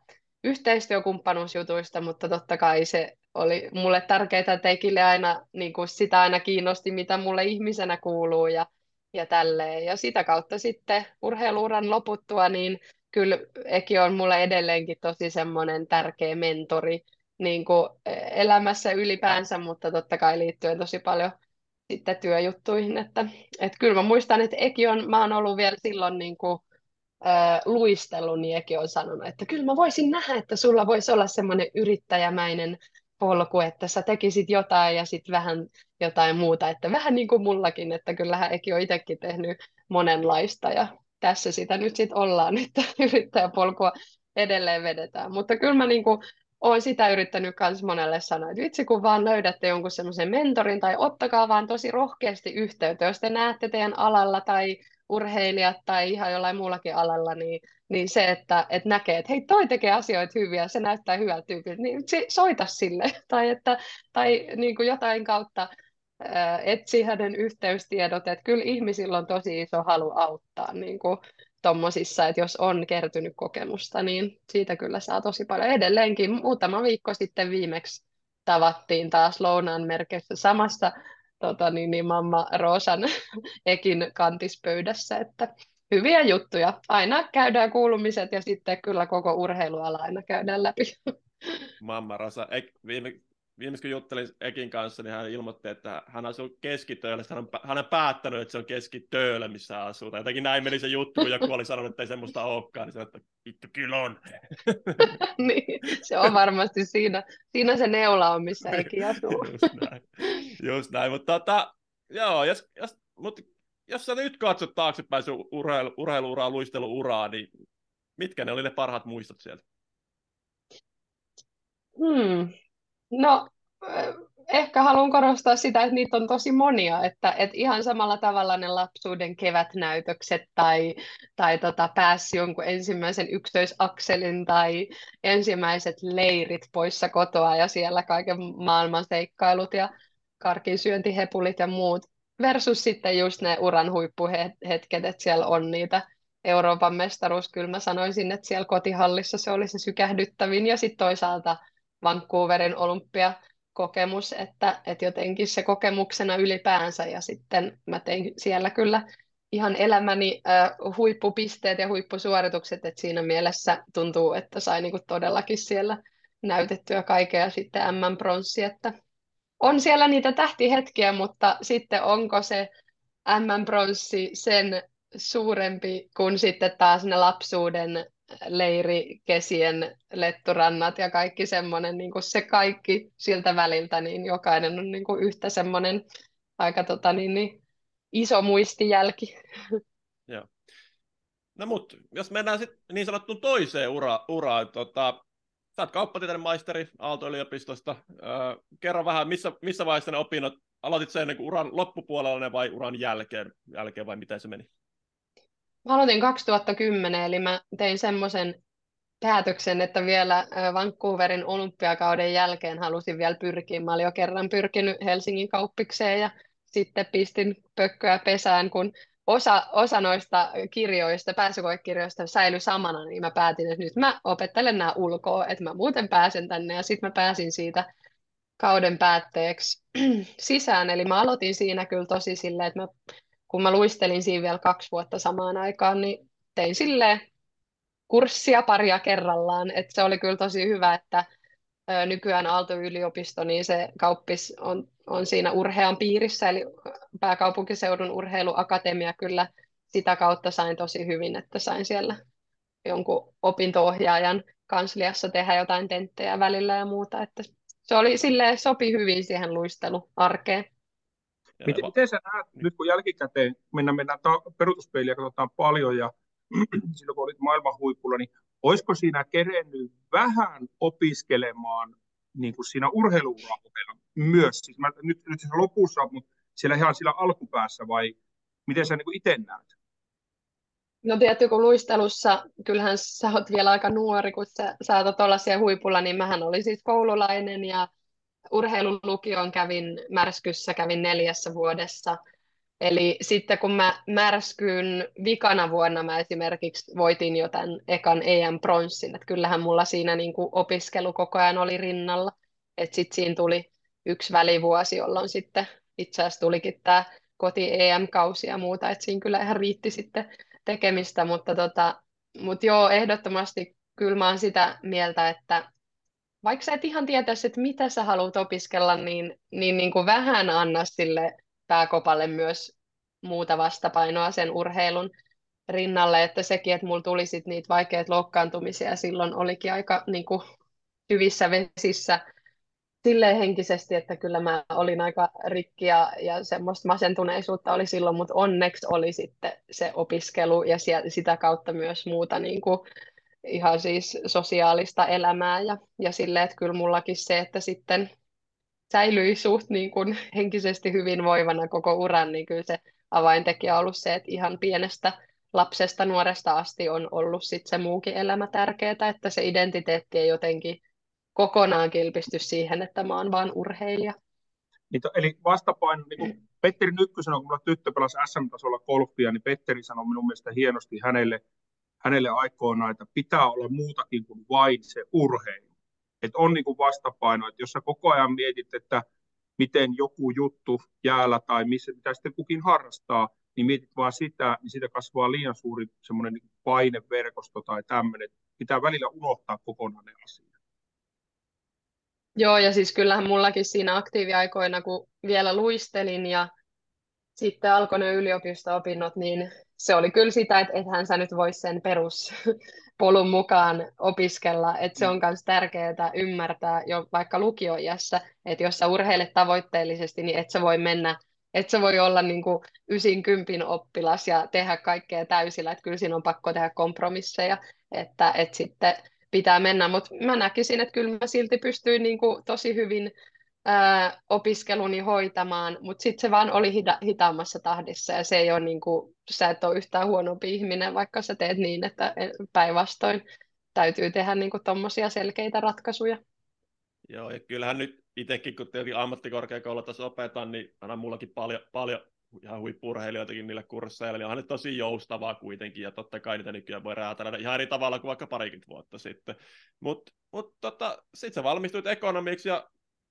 yhteistyökumppanuusjutuista, mutta totta kai se oli mulle tärkeää, että Ekille aina niin kuin sitä aina kiinnosti, mitä mulle ihmisenä kuuluu ja, ja tälleen. Ja sitä kautta sitten urheiluuran loputtua, niin kyllä Eki on mulle edelleenkin tosi semmoinen tärkeä mentori niin kuin elämässä ylipäänsä, mutta totta kai liittyen tosi paljon sitten työjuttuihin, että, että kyllä mä muistan, että Eki on, mä oon ollut vielä silloin niin kuin, ää, luistellut, niin Eki on sanonut, että kyllä mä voisin nähdä, että sulla voisi olla semmoinen yrittäjämäinen polku, että sä tekisit jotain ja sitten vähän jotain muuta, että vähän niin kuin mullakin, että kyllähän Eki on itsekin tehnyt monenlaista ja tässä sitä nyt sitten ollaan, että yrittäjäpolkua edelleen vedetään, mutta kyllä mä niin kuin olen sitä yrittänyt myös monelle sanoa, että vitsi kun vaan löydätte jonkun semmoisen mentorin tai ottakaa vaan tosi rohkeasti yhteyttä, jos te näette teidän alalla tai urheilijat tai ihan jollain muullakin alalla, niin, niin se, että, että näkee, että hei toi tekee asioita hyviä, se näyttää hyvältä tyypiltä, niin si- soita sille tai, että, tai niin kuin jotain kautta ää, etsi hänen yhteystiedot, että kyllä ihmisillä on tosi iso halu auttaa niin kuin tommosissa, että jos on kertynyt kokemusta, niin siitä kyllä saa tosi paljon. Edelleenkin muutama viikko sitten viimeksi tavattiin taas lounaan merkeissä samassa tota, niin, niin mamma Roosan Ekin kantispöydässä, että hyviä juttuja. Aina käydään kuulumiset ja sitten kyllä koko urheiluala aina käydään läpi. Mamma Rosa. Ek, viime, viimeis kun juttelin Ekin kanssa, niin hän ilmoitti, että hän asuu Keskitöölä. Hän on, hän on päättänyt, että se on Keskitöölä, missä asuu. Tai jotenkin näin meni se juttu, kun joku oli sanonut, että ei semmoista olekaan. Niin sanoi, että vittu kyllä on. Niin, se on varmasti siinä, siinä se neula on, missä Eki asuu. Just näin. Just näin. Mutta tota, joo, jos, jos, mutta jos sä nyt katsot taaksepäin sun urheilu, urheiluuraa, luisteluuraa, niin mitkä ne oli ne parhaat muistot sieltä? Hmm. No, eh, ehkä haluan korostaa sitä, että niitä on tosi monia, että, että ihan samalla tavalla ne lapsuuden kevätnäytökset tai, tai tota, pääsi jonkun ensimmäisen yksityisakselin tai ensimmäiset leirit poissa kotoa ja siellä kaiken maailman seikkailut ja karkinsyöntihepulit ja muut, versus sitten just ne uran huippuhetket, että siellä on niitä Euroopan mestaruus, kyllä mä sanoisin, että siellä kotihallissa se oli se sykähdyttävin ja sitten toisaalta Vancouverin olympiakokemus, että, että jotenkin se kokemuksena ylipäänsä ja sitten mä tein siellä kyllä ihan elämäni äh, huippupisteet ja huippusuoritukset, että siinä mielessä tuntuu, että sai niinku todellakin siellä näytettyä kaikkea sitten M M-pronssi, että on siellä niitä tähtihetkiä, mutta sitten onko se M M-pronssi sen suurempi kuin sitten taas ne lapsuuden leirikesien letturannat ja kaikki semmoinen, niin kuin se kaikki siltä väliltä, niin jokainen on niin kuin yhtä semmoinen aika tota, niin, niin, iso muistijälki. Joo. No mut, jos mennään sitten niin sanottuun toiseen ura, uraan, tota, sä oot kauppatieteiden maisteri Aalto-yliopistosta. Öö, kerro vähän, missä, missä vaiheessa ne opinnot, aloitit sen niin uran loppupuolella vai uran jälkeen, jälkeen vai miten se meni? Mä aloitin kaksituhattakymmenen, eli mä tein semmoisen päätöksen, että vielä Vancouverin olympiakauden jälkeen halusin vielä pyrkiä. Mä olin jo kerran pyrkinyt Helsingin kauppikseen ja sitten pistin pökköä pesään, kun osa, osa noista kirjoista, pääsykoekirjoista säilyi samana, niin mä päätin, että nyt mä opettelen nämä ulkoa, että mä muuten pääsen tänne ja sitten mä pääsin siitä kauden päätteeksi sisään. Eli mä aloitin siinä kyllä tosi silleen, että mä, kun mä luistelin siinä vielä kaksi vuotta samaan aikaan, niin tein silleen kurssia paria kerrallaan. Et se oli kyllä tosi hyvä, että ö, nykyään Aalto-yliopisto, niin se kauppis on, on siinä urhean piirissä, eli pääkaupunkiseudun urheiluakatemia kyllä sitä kautta sain tosi hyvin, että sain siellä jonkun opinto-ohjaajan kansliassa tehdä jotain tenttejä välillä ja muuta, että se oli silleen, sopi hyvin siihen luisteluarkeen. Miten, miten sä näet, nyt kun jälkikäteen mennään, mennään ta- peruutuspeiliä katsotaan paljon ja silloin kun olit maailman huipulla, niin olisiko siinä kerennyt vähän opiskelemaan niin kuin siinä urheiluuran ohella myös? Siis mä, nyt, nyt se lopussa, mutta siellä ihan siellä alkupäässä vai miten sä niin kuin itse näet? No tiedätkö, kun luistelussa, kyllähän sä oot vielä aika nuori, kun sä saatat olla siellä huipulla, niin mähän olin siis koululainen ja urheilulukion kävin Märskyssä, kävin neljässä vuodessa. Eli sitten kun mä märskyin vikana vuonna, mä esimerkiksi voitin jo tämän ekan E M-pronssin, että kyllähän mulla siinä niin kuin opiskelu koko ajan oli rinnalla. Että sitten siinä tuli yksi välivuosi, jolloin sitten itse asiassa tulikin tämä koti-E M-kausi ja muuta, että siinä kyllä ihan riitti sitten tekemistä, mutta tota, mut joo, ehdottomasti kyllä mä oon sitä mieltä, että vaikka sä et ihan tietäisi, että mitä sä haluat opiskella, niin, niin, niin kuin vähän anna sille pääkopalle myös muuta vastapainoa sen urheilun rinnalle, että sekin, että mulla tuli sit niitä vaikeita loukkaantumisia silloin olikin aika niin kuin, hyvissä vesissä silleen henkisesti, että kyllä mä olin aika rikki ja, ja semmoista masentuneisuutta oli silloin, mutta onneksi oli sitten se opiskelu ja sieltä, sitä kautta myös muuta niin kuin, ihan siis sosiaalista elämää ja, ja silleen, että kyllä mullakin se, että sitten säilyi suht niin kuin henkisesti hyvinvoivana koko uran, niin kyllä se avaintekijä on ollut se, että ihan pienestä lapsesta, nuoresta asti on ollut sit se muukin elämä tärkeää, että se identiteetti ei jotenkin kokonaan kilpisty siihen, että mä oon vaan urheilija. Niin, to- eli vastapaino, niin kuin Petteri Nykky sanoi, kun mulla tyttö pelasi S M-tasolla golfia, niin Petteri sanoi minun mielestä hienosti hänelle, hänelle aikoinaan, että pitää olla muutakin kuin vain se urheilu. Että on niin kuin vastapaino, että jos sä koko ajan mietit, että miten joku juttu jäällä tai missä, mitä sitten kukin harrastaa, niin mietit vaan sitä, niin siitä kasvaa liian suuri semmoinen niin paineverkosto tai tämmöinen. Pitää välillä unohtaa kokonaan ne asiat. Joo, ja siis kyllähän mullakin siinä aktiiviaikoina, kun vielä luistelin ja sitten alkoi ne yliopisto-opinnot, niin se oli kyllä sitä, että ethän sä nyt voi sen peruspolun mukaan opiskella, että se on myös tärkeää ymmärtää jo vaikka lukioiässä, että jos sä urheilet tavoitteellisesti, niin et sä voi mennä, et sä voi olla niin kuin ysin kympin oppilas ja tehdä kaikkea täysillä, että kyllä siinä on pakko tehdä kompromisseja, että, että sitten pitää mennä, mutta mä näkisin, että kyllä mä silti pystyin niin kuin tosi hyvin ää, opiskeluni hoitamaan, mutta sitten se vaan oli hita- hitaammassa tahdissa ja se ei ole niin kuin, sä et ole yhtään huonompi ihminen, vaikka sä teet niin, että päinvastoin täytyy tehdä niin kuin tommosia selkeitä ratkaisuja. Joo, ja kyllähän nyt itsekin, kun tietenkin ammattikorkeakoulussa opetan, niin aina mullakin paljon, paljon ihan huippu-urheilijoitakin niille kursseille, niin onhan nyt tosi joustavaa kuitenkin, ja totta kai niitä nykyään voi räätälöidä ihan eri tavalla kuin vaikka parikymmentä vuotta sitten. Mutta mut, tota, sitten sä valmistuit ekonomiksi ja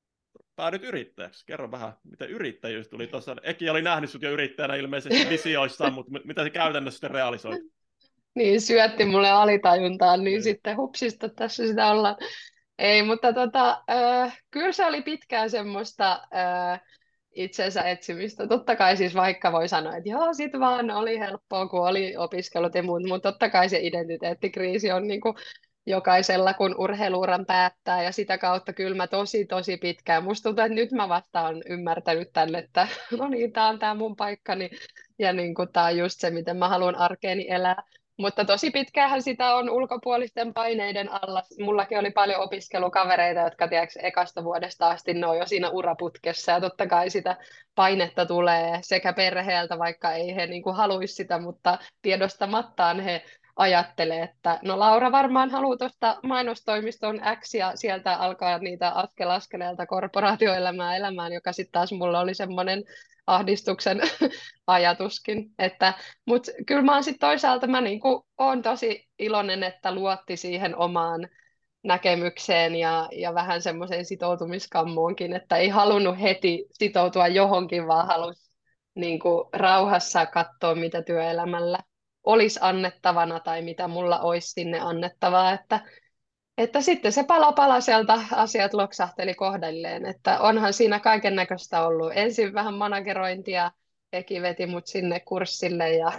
päädyt yrittäjäksi. Kerro vähän, miten yrittäjyys tuli tuossa. Eki oli nähnyt sut jo yrittäjänä ilmeisesti visioissaan, mutta mitä se käytännössä sitten realisoit? Niin syötti mulle alitajuntaan, niin Niin. sitten hupsista tässä sitä ollaan. Ei, mutta tota, äh, kyllä se oli pitkään semmoista äh, itsensä etsimistä. Totta kai siis vaikka voi sanoa, että joo, sit vaan oli helppoa, kun oli opiskelut ja muut, mutta totta kai se identiteettikriisi on niin kuin jokaisella, kun urheiluuran päättää, ja sitä kautta kyllä mä tosi, tosi pitkään. Musta tuntuu, että nyt mä vasta olen ymmärtänyt tänne, että no niin, tää on tää mun paikkani, ja niin kuin tää on just se, miten mä haluan arkeeni elää. Mutta tosi pitkäänhän sitä on ulkopuolisten paineiden alla. Mullakin oli paljon opiskelukavereita, jotka tiedätkö, ekasta vuodesta asti ne on jo siinä uraputkessa. Ja totta kai sitä painetta tulee sekä perheeltä, vaikka ei he niin kuin haluaisi sitä, mutta tiedostamattaan he ajattelee, että no Laura varmaan haluaa tuosta mainostoimiston X ja sieltä alkaa niitä askel askeleelta korporaatioelämää elämään, joka sitten taas mulla oli semmoinen ahdistuksen ajatuskin. Että, mutta kyllä mä oon sitten toisaalta mä niinku oon tosi iloinen, että luotti siihen omaan näkemykseen ja, ja vähän semmoiseen sitoutumiskammoonkin, että ei halunnut heti sitoutua johonkin, vaan halusi niinku rauhassa katsoa, mitä työelämällä olisi annettavana tai mitä mulla olisi sinne annettavaa, että, että sitten se pala palaselta asiat loksahteli kohdalleen, että onhan siinä kaiken näköistä ollut. Ensin vähän managerointia, Eki veti mut sinne kurssille ja,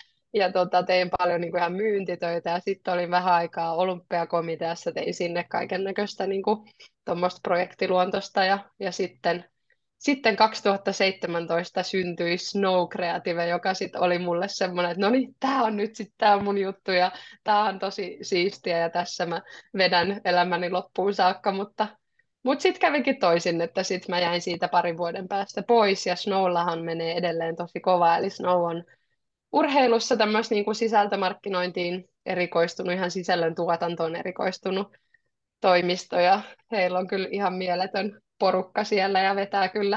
ja tota, tein paljon niin kuin ihan myyntitöitä ja sitten olin vähän aikaa olympiakomiteassa, tein sinne kaiken näköistä niin tuommoista projektiluontosta ja, ja sitten sitten kaksituhattaseitsemäntoista syntyi Snow Creative, joka sitten oli mulle semmoinen, että no niin, tämä on nyt sitten tämä mun juttu ja tämä on tosi siistiä ja tässä mä vedän elämäni loppuun saakka, mutta, mutta sitten kävikin toisin, että sitten mä jäin siitä parin vuoden päästä pois ja Snowllahan menee edelleen tosi kova, eli Snow on urheilussa tämmöistä niin kuin sisältömarkkinointiin erikoistunut, ihan sisällön tuotantoon erikoistunut toimisto ja heillä on kyllä ihan mieletön porukka siellä ja vetää kyllä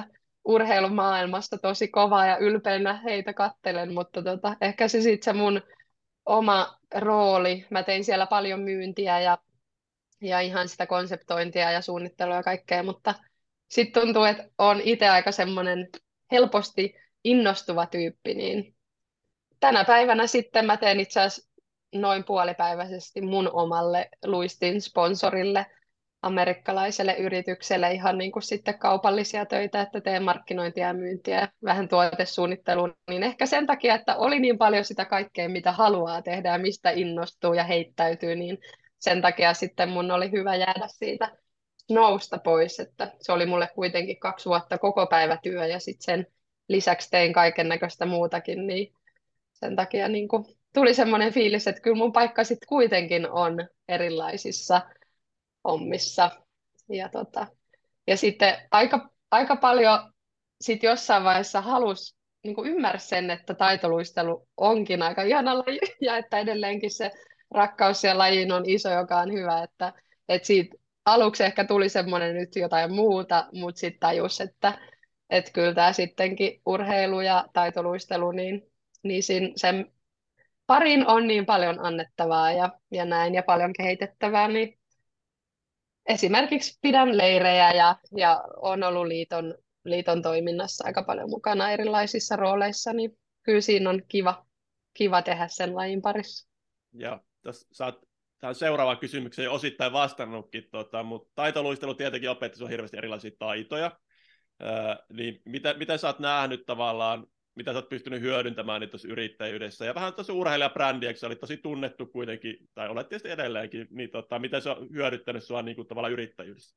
urheilumaailmasta tosi kovaa ja ylpeänä heitä kattelen, mutta tota, ehkä se sitten se mun oma rooli. Mä tein siellä paljon myyntiä ja, ja ihan sitä konseptointia ja suunnittelua ja kaikkea, mutta sitten tuntuu, että on itse aika semmoinen helposti innostuva tyyppi, niin tänä päivänä sitten mä teen itse asiassa noin puolipäiväisesti mun omalle luistin sponsorille, amerikkalaiselle yritykselle ihan niin kuin sitten kaupallisia töitä, että teen markkinointia ja myyntiä ja vähän tuotesuunnittelua, niin ehkä sen takia, että oli niin paljon sitä kaikkea, mitä haluaa tehdä ja mistä innostuu ja heittäytyy, niin sen takia sitten mun oli hyvä jäädä siitä nousta pois, että se oli mulle kuitenkin kaksi vuotta koko päivätyö ja sitten sen lisäksi tein kaiken näköistä muutakin, niin sen takia niin kuin tuli semmoinen fiilis, että kyllä mun paikka sitten kuitenkin on erilaisissa hommissa. Ja, tota, ja sitten aika, aika paljon sit jossain vaiheessa halusi niin kuin ymmärsi sen, että taitoluistelu onkin aika ihana laji ja että edelleenkin se rakkaus siihen lajiin on iso, joka on hyvä, että, että siitä aluksi ehkä tuli semmoinen nyt jotain muuta, mutta sitten tajus, että, että kyllä tämä sittenkin urheilu ja taitoluistelu, niin, niin siinä, sen parin on niin paljon annettavaa ja, ja näin ja paljon kehitettävää, niin esimerkiksi pidän leirejä ja, ja olen ollut liiton, liiton toiminnassa aika paljon mukana erilaisissa rooleissa, niin kyllä siinä on kiva, kiva tehdä sen lajin parissa. Ja tässä sä oot tähän seuraavaan kysymykseen osittain vastannutkin, tota, mutta taitoluistelu tietenkin opetti sun hirveästi erilaisia taitoja. Öö, niin mitä, miten sä oot nähnyt tavallaan, mitä sä oot pystynyt hyödyntämään niitä tuossa yrittäjyydessä, ja vähän tuossa urheilijabrändiä, kun sä olit tosi tunnettu kuitenkin, tai olet tietysti edelleenkin, niin tota, miten se on hyödyttänyt sua niin kuin, tavallaan yrittäjyydessä?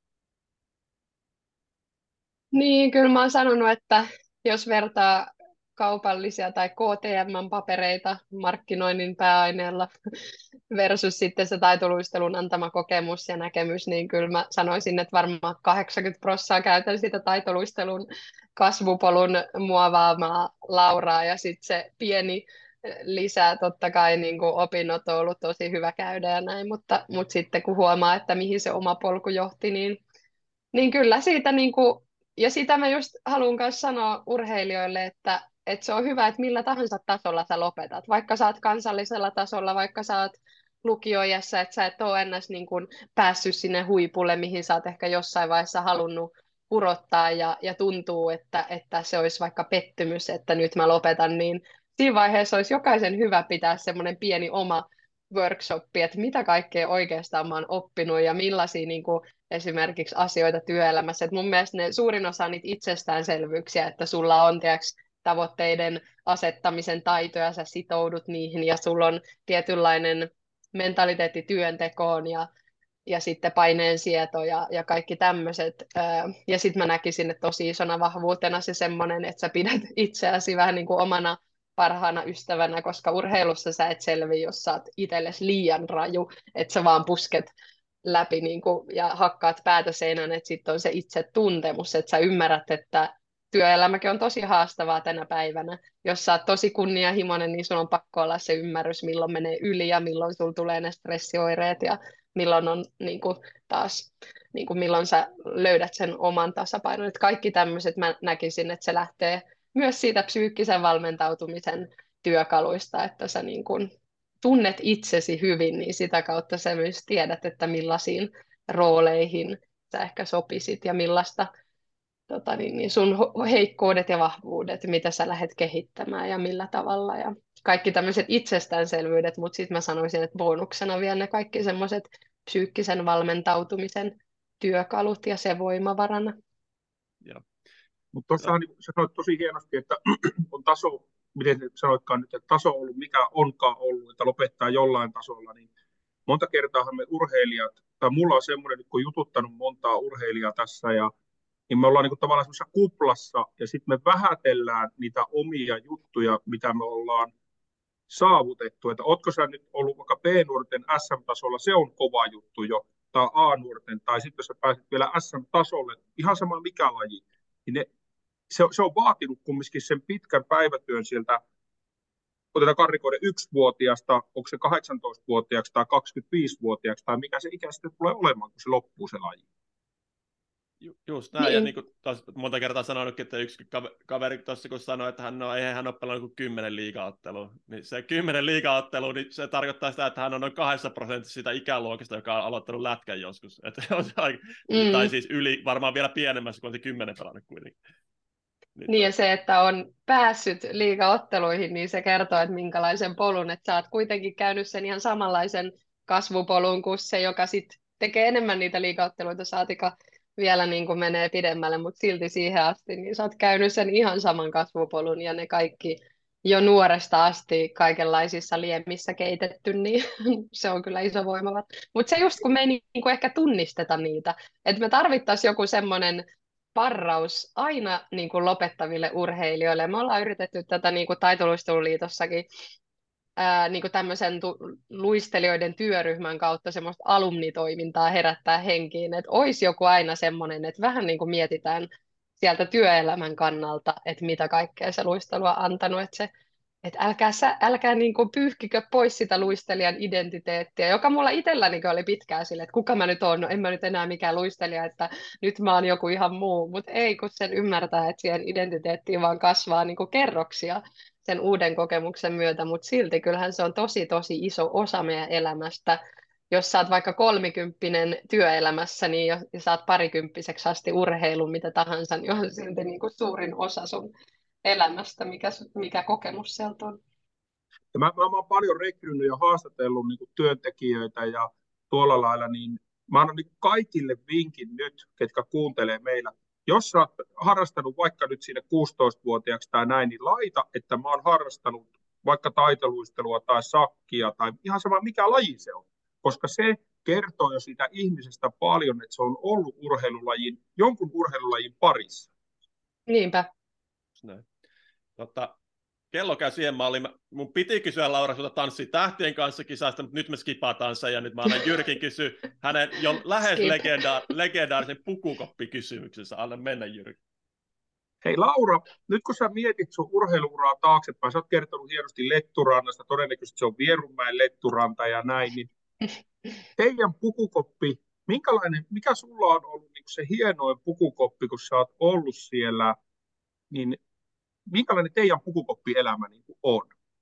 Niin, kyllä mä oon sanonut, että jos vertaa kaupallisia tai K T M-papereita markkinoinnin pääaineella versus sitten se taitoluistelun antama kokemus ja näkemys, niin kyllä mä sanoisin, että varmaan kahdeksankymmentä prosenttia käytän sitä taitoluistelun kasvupolun muovaamaa lauraa ja sitten se pieni lisää, totta kai niin kuin opinnot on ollut tosi hyvä käydä ja näin, mutta, mutta sitten kun huomaa, että mihin se oma polku johti, niin, niin kyllä siitä niin kuin, ja sitä mä just haluan myös sanoa urheilijoille, että, että se on hyvä, että millä tahansa tasolla sä lopetat, vaikka sä oot kansallisella tasolla, vaikka sä oot lukioiässä, että sä et ole ennäs niin kuin päässyt sinne huipulle, mihin sä oot ehkä jossain vaiheessa halunnut urottaa ja, ja tuntuu, että, että se olisi vaikka pettymys, että nyt mä lopetan, niin siinä vaiheessa olisi jokaisen hyvä pitää semmoinen pieni oma workshoppi, että mitä kaikkea oikeastaan mä oon oppinut ja millaisia niin kuin, esimerkiksi asioita työelämässä. Et mun mielestä ne suurin osa on niitä itsestäänselvyyksiä, että sulla on tiiäks, tavoitteiden asettamisen taitoja, sä sitoudut niihin ja sulla on tietynlainen mentaliteetti työntekoon ja, ja sitten paineen ja, ja kaikki tämmöiset. Ja sitten mä näkisin, että tosi isona vahvuutena se semmoinen, että sä pidät itseäsi vähän niin kuin omana parhaana ystävänä, koska urheilussa sä et selviä, jos sä oot itsellesi liian raju, että sä vaan pusket läpi niin kuin, ja hakkaat päätä seinään, että sitten on se itsetuntemus, että sä ymmärrät, että työelämäkin on tosi haastavaa tänä päivänä. Jos sä oot tosi kunnianhimoinen, niin sun on pakko olla se ymmärrys, milloin menee yli ja milloin sulla tulee ne stressioireet ja milloin on niin kuin, taas, niin kuin, milloin sä löydät sen oman tasapainon. Että kaikki tämmöiset mä näkisin, että se lähtee myös siitä psyykkisen valmentautumisen työkaluista, että sä niin kuin, tunnet itsesi hyvin, niin sitä kautta sä myös tiedät, että millaisiin rooleihin sä ehkä sopisit ja millaista tota, niin, niin sun heikkoudet ja vahvuudet, mitä sä lähdet kehittämään ja millä tavalla. Ja kaikki tämmöiset itsestäänselvyydet, mutta sitten mä sanoisin, että bonuksena vielä ne kaikki semmoiset psyykkisen valmentautumisen työkalut ja se voimavarana. Mutta tuossahan niin sanoit tosi hienosti, että on taso, miten sanoitkaan nyt, että taso on ollut mikä onkaan ollut, että lopettaa jollain tasolla, niin monta kertaahan me urheilijat, tai mulla on semmoinen, kun jututtanut montaa urheilijaa tässä, ja, niin me ollaan niin kuin tavallaan semmoisessa kuplassa, ja sitten me vähätellään niitä omia juttuja, mitä me ollaan saavutettu, että ootko sä nyt ollut vaikka B-nuorten S M-tasolla, se on kova juttu jo, tai A-nuorten, tai sitten jos sä pääset vielä S M-tasolle, ihan sama mikä laji, niin ne, se, se on vaatinut kumminkin sen pitkän päivätyön sieltä, otetaan karrikoiden yksivuotiaasta, onko se kahdeksantoistavuotiaaksi tai kaksikymmentäviisivuotiaaksi, tai mikä se ikä sitten tulee olemaan, kun se loppuu se laji. Ju, just näin, ja Niin. niin kuin tos, monta kertaa sanonutkin, että yksi kaveri tuossa kun sanoi, että hän on, eihän hän ole pelannut kuin kymmenen liigaottelua, niin se kymmenen liigaottelua, niin se tarkoittaa sitä, että hän on noin kahdessa prosentissa sitä ikäluokista, joka on aloittanut lätkän joskus. Että on se aika, tai Mm. siis yli, varmaan vielä pienemmässä kuin on se kymmenen pelannut kuitenkin. Niin, Niin ja se, että on päässyt liigaotteluihin, niin se kertoo, että minkälaisen polun, että sä oot kuitenkin käynyt sen ihan samanlaisen kasvupolun kuin se, joka sitten tekee enemmän niitä liigaotteluita, saatika vielä niin kuin menee pidemmälle, mutta silti siihen asti, niin sä oot käynyt sen ihan saman kasvupolun ja ne kaikki jo nuoresta asti kaikenlaisissa liemissä keitetty, niin se on kyllä iso voimavara. Mutta se just kun me ei niin kuin ehkä tunnisteta niitä, että me tarvittaisiin joku semmoinen sparraus aina niin kuin lopettaville urheilijoille. Me ollaan yritetty tätä niin kuin Taitoluisteluliitossakin ää, niin kuin tämmöisen tu- luistelijoiden työryhmän kautta semmoista alumnitoimintaa herättää henkiin, että olisi joku aina semmoinen, että vähän niin kuin mietitään sieltä työelämän kannalta, että mitä kaikkea se luistelu on antanut, että se että älkää, sä, älkää niin kuin pyyhkikö pois sitä luistelijan identiteettiä, joka mulla itselläni oli pitkään sille, että kuka mä nyt oon, no en mä nyt enää mikään luistelija, että nyt mä oon joku ihan muu, mutta ei kun sen ymmärtää, että siihen identiteettiin vaan kasvaa niin kuin kerroksia sen uuden kokemuksen myötä, mutta silti kyllähän se on tosi tosi iso osa meidän elämästä. Jos sä oot vaikka kolmikymppinen työelämässä, niin jos sä oot parikymppiseksi asti urheilun mitä tahansa, niin on silti niin kuin suurin osa sun elämästä, mikä, mikä kokemus sieltä on. Ja mä, mä, mä oon paljon rekrynyt ja haastatellut niin kuin työntekijöitä ja tuolla lailla, niin mä annan niin kaikille vinkin nyt, ketkä kuuntelee meillä. Jos sä oot harrastanut vaikka nyt sinne kuusitoistavuotiaaksi tai näin, niin laita, että mä oon harrastanut vaikka taiteluistelua tai sakkia tai ihan sama mikä laji se on. Koska se kertoo jo siitä ihmisestä paljon, että se on ollut urheilulajin, jonkun urheilulajin parissa. Niinpä. Näin. Totta, kello käy siihen malliin. Mun piti kysyä Laura sulta Tanssii tähtien kanssa kisasta, mutta nyt me skipataan sen ja nyt mä annan Jyrkin kysyä hänen jo lähes legenda- legendaarisen pukukoppikysymyksensä. Anna mennä, Jyrki. Hei Laura, nyt kun sä mietit sun urheiluuraa taaksepäin, sä oot kertonut hienosti Letturannasta, todennäköisesti se on Vierunmäen Letturanta ja näin, niin teidän pukukoppi, minkälainen, mikä sulla on ollut niin se hienoin pukukoppi, kun sä oot ollut siellä, niin minkälainen teidän pukukoppielämä niin on?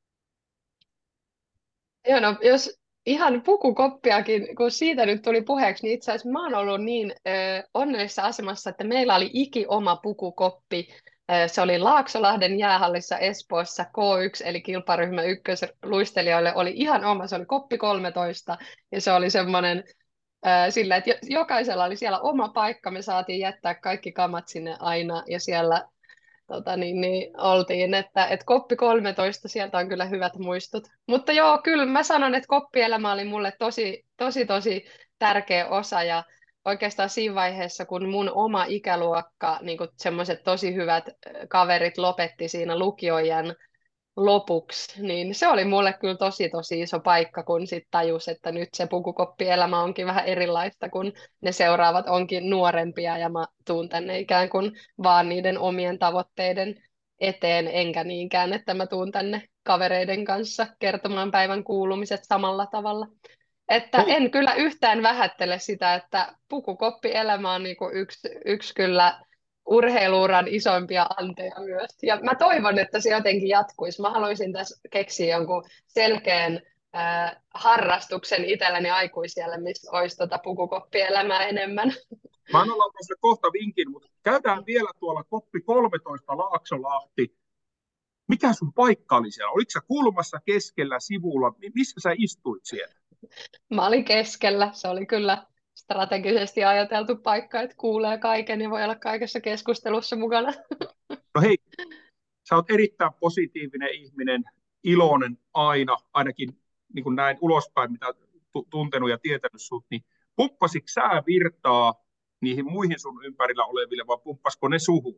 Joo, no, jos ihan pukukoppiakin, kun siitä nyt tuli puheeksi, niin itse asiassa mä oon ollut niin ö, onnellisessa asemassa, että meillä oli iki oma pukukoppi. Ö, se oli Laaksolahden jäähallissa Espoossa K yksi, eli kilparyhmä ykkösluistelijoille oli ihan oma, se oli koppi kolmetoista, ja se oli semmoinen ö, sillä, että jo- jokaisella oli siellä oma paikka, me saatiin jättää kaikki kamat sinne aina, ja siellä tota, niin, niin, oltiin, että, että koppi kolmetoista, sieltä on kyllä hyvät muistot. Mutta joo, kyllä mä sanon, että koppielämä oli mulle tosi, tosi, tosi tärkeä osa ja oikeastaan siinä vaiheessa, kun mun oma ikäluokka, niin semmoiset tosi hyvät kaverit lopetti siinä lukiojen lopuksi, niin se oli mulle kyllä tosi tosi iso paikka, kun sitten tajus, että nyt se pukukoppielämä onkin vähän erilaista, kun ne seuraavat onkin nuorempia ja mä tuun tänne ikään kuin vaan niiden omien tavoitteiden eteen, enkä niinkään, että mä tuun tänne kavereiden kanssa kertomaan päivän kuulumiset samalla tavalla. Että Hei, en kyllä yhtään vähättele sitä, että pukukoppielämä on niinku yksi, yksi kyllä urheiluuran isoimpia anteja myös. Ja mä toivon, että se jotenkin jatkuisi. Mä haluaisin tässä keksiä jonkun selkeän äh, harrastuksen itselleni aikuiselle, missä olisi tota pukukoppielämää enemmän. mä annan Laura sulle kohta vinkin, mutta käydään vielä tuolla koppi kolmetoista Laaksolahti. Mikä sun paikka oli siellä? Oliko sä kulmassa, keskellä, sivulla? Missä sä istuit siellä? Mä olin keskellä. Se oli kyllä strategisesti ajateltu paikka, että kuulee kaiken ja voi olla kaikessa keskustelussa mukana. No hei, sä oot erittäin positiivinen ihminen, iloinen aina, ainakin niin kuin näin ulospäin, mitä tuntenut ja tietänyt sut, niin pumppasitko sä virtaa niihin muihin sun ympärillä oleville, vai pumppasko ne suhun?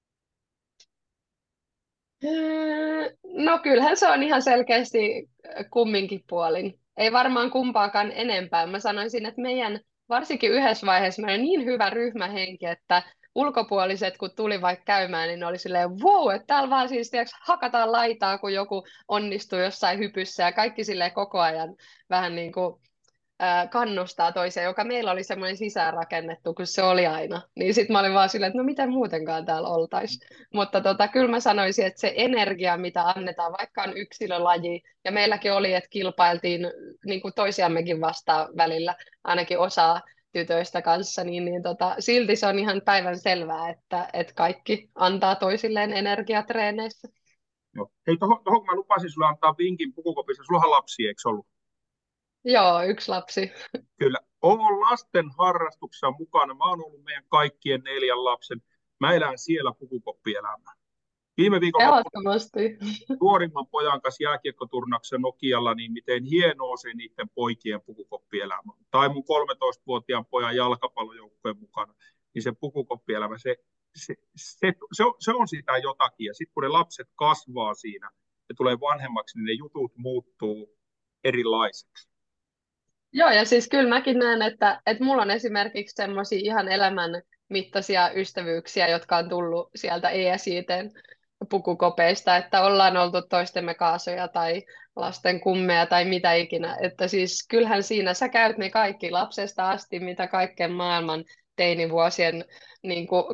No kyllähän se on ihan selkeästi kumminkin puolin. Ei varmaan kumpaakaan enempää. Mä sanoisin, että meidän varsinkin yhdessä vaiheessa meillä oli niin hyvä ryhmähenki, että ulkopuoliset kun tuli vaikka käymään, niin ne oli silleen, wow, että täällä vaan siis tiiäks, hakataan laitaa, kun joku onnistuu jossain hypyssä ja kaikki silleen koko ajan vähän niin kuin kannustaa toiseen, joka meillä oli semmoinen sisäänrakennettu, kun se oli aina. Niin sitten mä olin vaan silleen, että no miten muutenkaan täällä oltaisiin. Mutta tota, kyllä mä sanoisin, että se energia, mitä annetaan, vaikka on yksilölaji, ja meilläkin oli, että kilpailtiin niin kuin toisiammekin vastaan välillä, ainakin osaa tytöistä kanssa, niin, niin tota, silti se on ihan päivän selvää, että, että kaikki antaa toisilleen energiatreeneissä. Joo. Hei, tuohon, tuohon mä lupasin sulle antaa vinkin pukukopissa. Sullahan lapsi, eikö ollut? Joo, yksi lapsi. Kyllä. Olen lasten harrastuksessa mukana. Mä oon ollut meidän kaikkien neljän lapsen. Mä elän siellä pukukoppielämää. Viime viikolla nuorimman pojan kanssa jääkiekkoturnauksessa Nokialla, niin miten hienoa se niiden poikien pukukoppielämä on. Tai mun kolmetoistavuotiaan pojan jalkapallojoukkueen mukana. Niin se pukukoppielämä, se, se, se, se, on, se on sitä jotakin. Ja sitten kun ne lapset kasvaa siinä ja tulee vanhemmaksi, niin ne jutut muuttuu erilaiseksi. Joo, ja siis kyllä mäkin näen, että, että mulla on esimerkiksi semmoisia ihan elämän mittaisia ystävyyksiä, jotka on tullut sieltä E S I T:n pukukopeista, että ollaan oltu toistemme kaasoja tai lasten kummeja tai mitä ikinä. Että siis kyllähän siinä sä käyt ne kaikki lapsesta asti, mitä kaikkien maailman teinivuosien niin kuin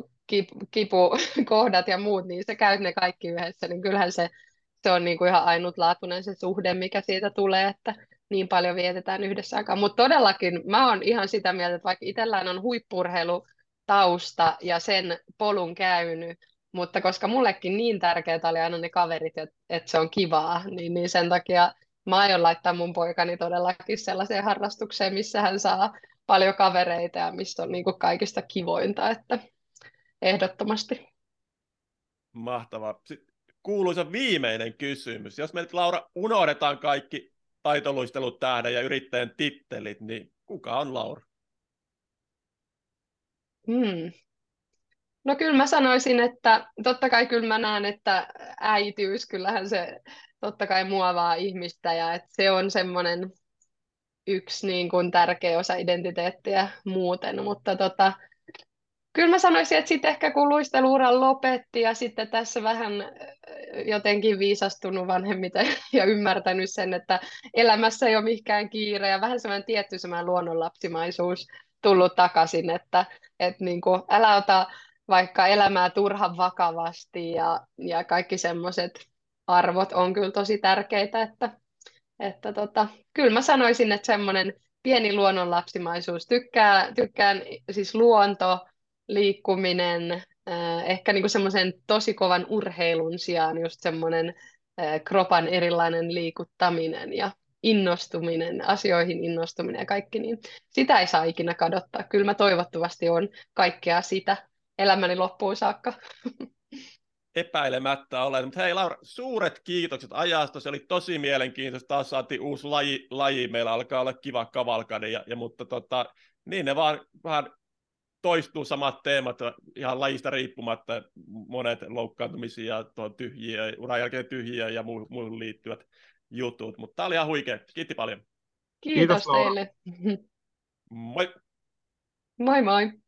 kipukohdat ja muut, niin sä käyt ne kaikki yhdessä, niin kyllähän se, se on niin kuin ihan ainutlaatuinen se suhde, mikä siitä tulee, että niin paljon vietetään yhdessä aikaa. Mutta todellakin mä oon ihan sitä mieltä, että vaikka itsellään on huippu-urheilutausta ja sen polun käynyt, mutta koska mullekin niin tärkeää oli aina ne kaverit, että, että se on kivaa, niin, niin sen takia mä aion laittaa mun poikani todellakin sellaiseen harrastukseen, missä hän saa paljon kavereita ja missä on niin kuin kaikista kivointa, että ehdottomasti. Mahtavaa. Sitten kuuluisa viimeinen kysymys. Jos me nyt, Laura, unohdetaan kaikki taitoluistelut tähden ja yrittäjän tittelit, niin kuka on Laura? Hmm. No kyllä mä sanoisin, että totta kai kyllä mä näen, että äitiys, kyllähän se totta kai muovaa ihmistä ja että se on semmoinen yksi niin kuin tärkeä osa identiteettiä muuten, mutta tota, kyllä mä sanoisin, että sitten ehkä kun luisteluuran lopetti ja sitten tässä vähän jotenkin viisastunut vanhemmiten ja ymmärtänyt sen, että elämässä ei ole mikään kiire ja vähän semmoinen tietty semmoinen luonnonlapsimaisuus tullut takaisin, että, että niin kuin, älä ota vaikka elämää turhan vakavasti ja, ja kaikki semmoiset arvot on kyllä tosi tärkeitä, että, että tota, kyllä mä sanoisin, että semmoinen pieni luonnonlapsimaisuus, tykkää, tykkään siis luonto, liikkuminen, äh, ehkä niinku semmoisen tosi kovan urheilun sijaan just semmoinen äh, kropan erilainen liikuttaminen ja innostuminen, asioihin innostuminen ja kaikki, niin sitä ei saa ikinä kadottaa. Kyllä mä toivottavasti on kaikkea sitä elämäni loppuun saakka. Epäilemättä olen. Mutta hei Laura, suuret kiitokset ajasta. Se oli tosi mielenkiintoista. Taas saatiin uusi laji. laji. Meillä alkaa olla kiva kavalkade. Ja, ja, mutta tota, niin ne vaan vähän toistuu samat teemat ihan lajista riippumatta. Monet loukkaantumisia ja tyhjiä, uran jälkeen tyhjiä ja muuhun, muuhun liittyvät jutut. Mutta tämä oli ihan huikea. Kiitti paljon. Kiitos, Kiitos teille. Moi. Moi moi.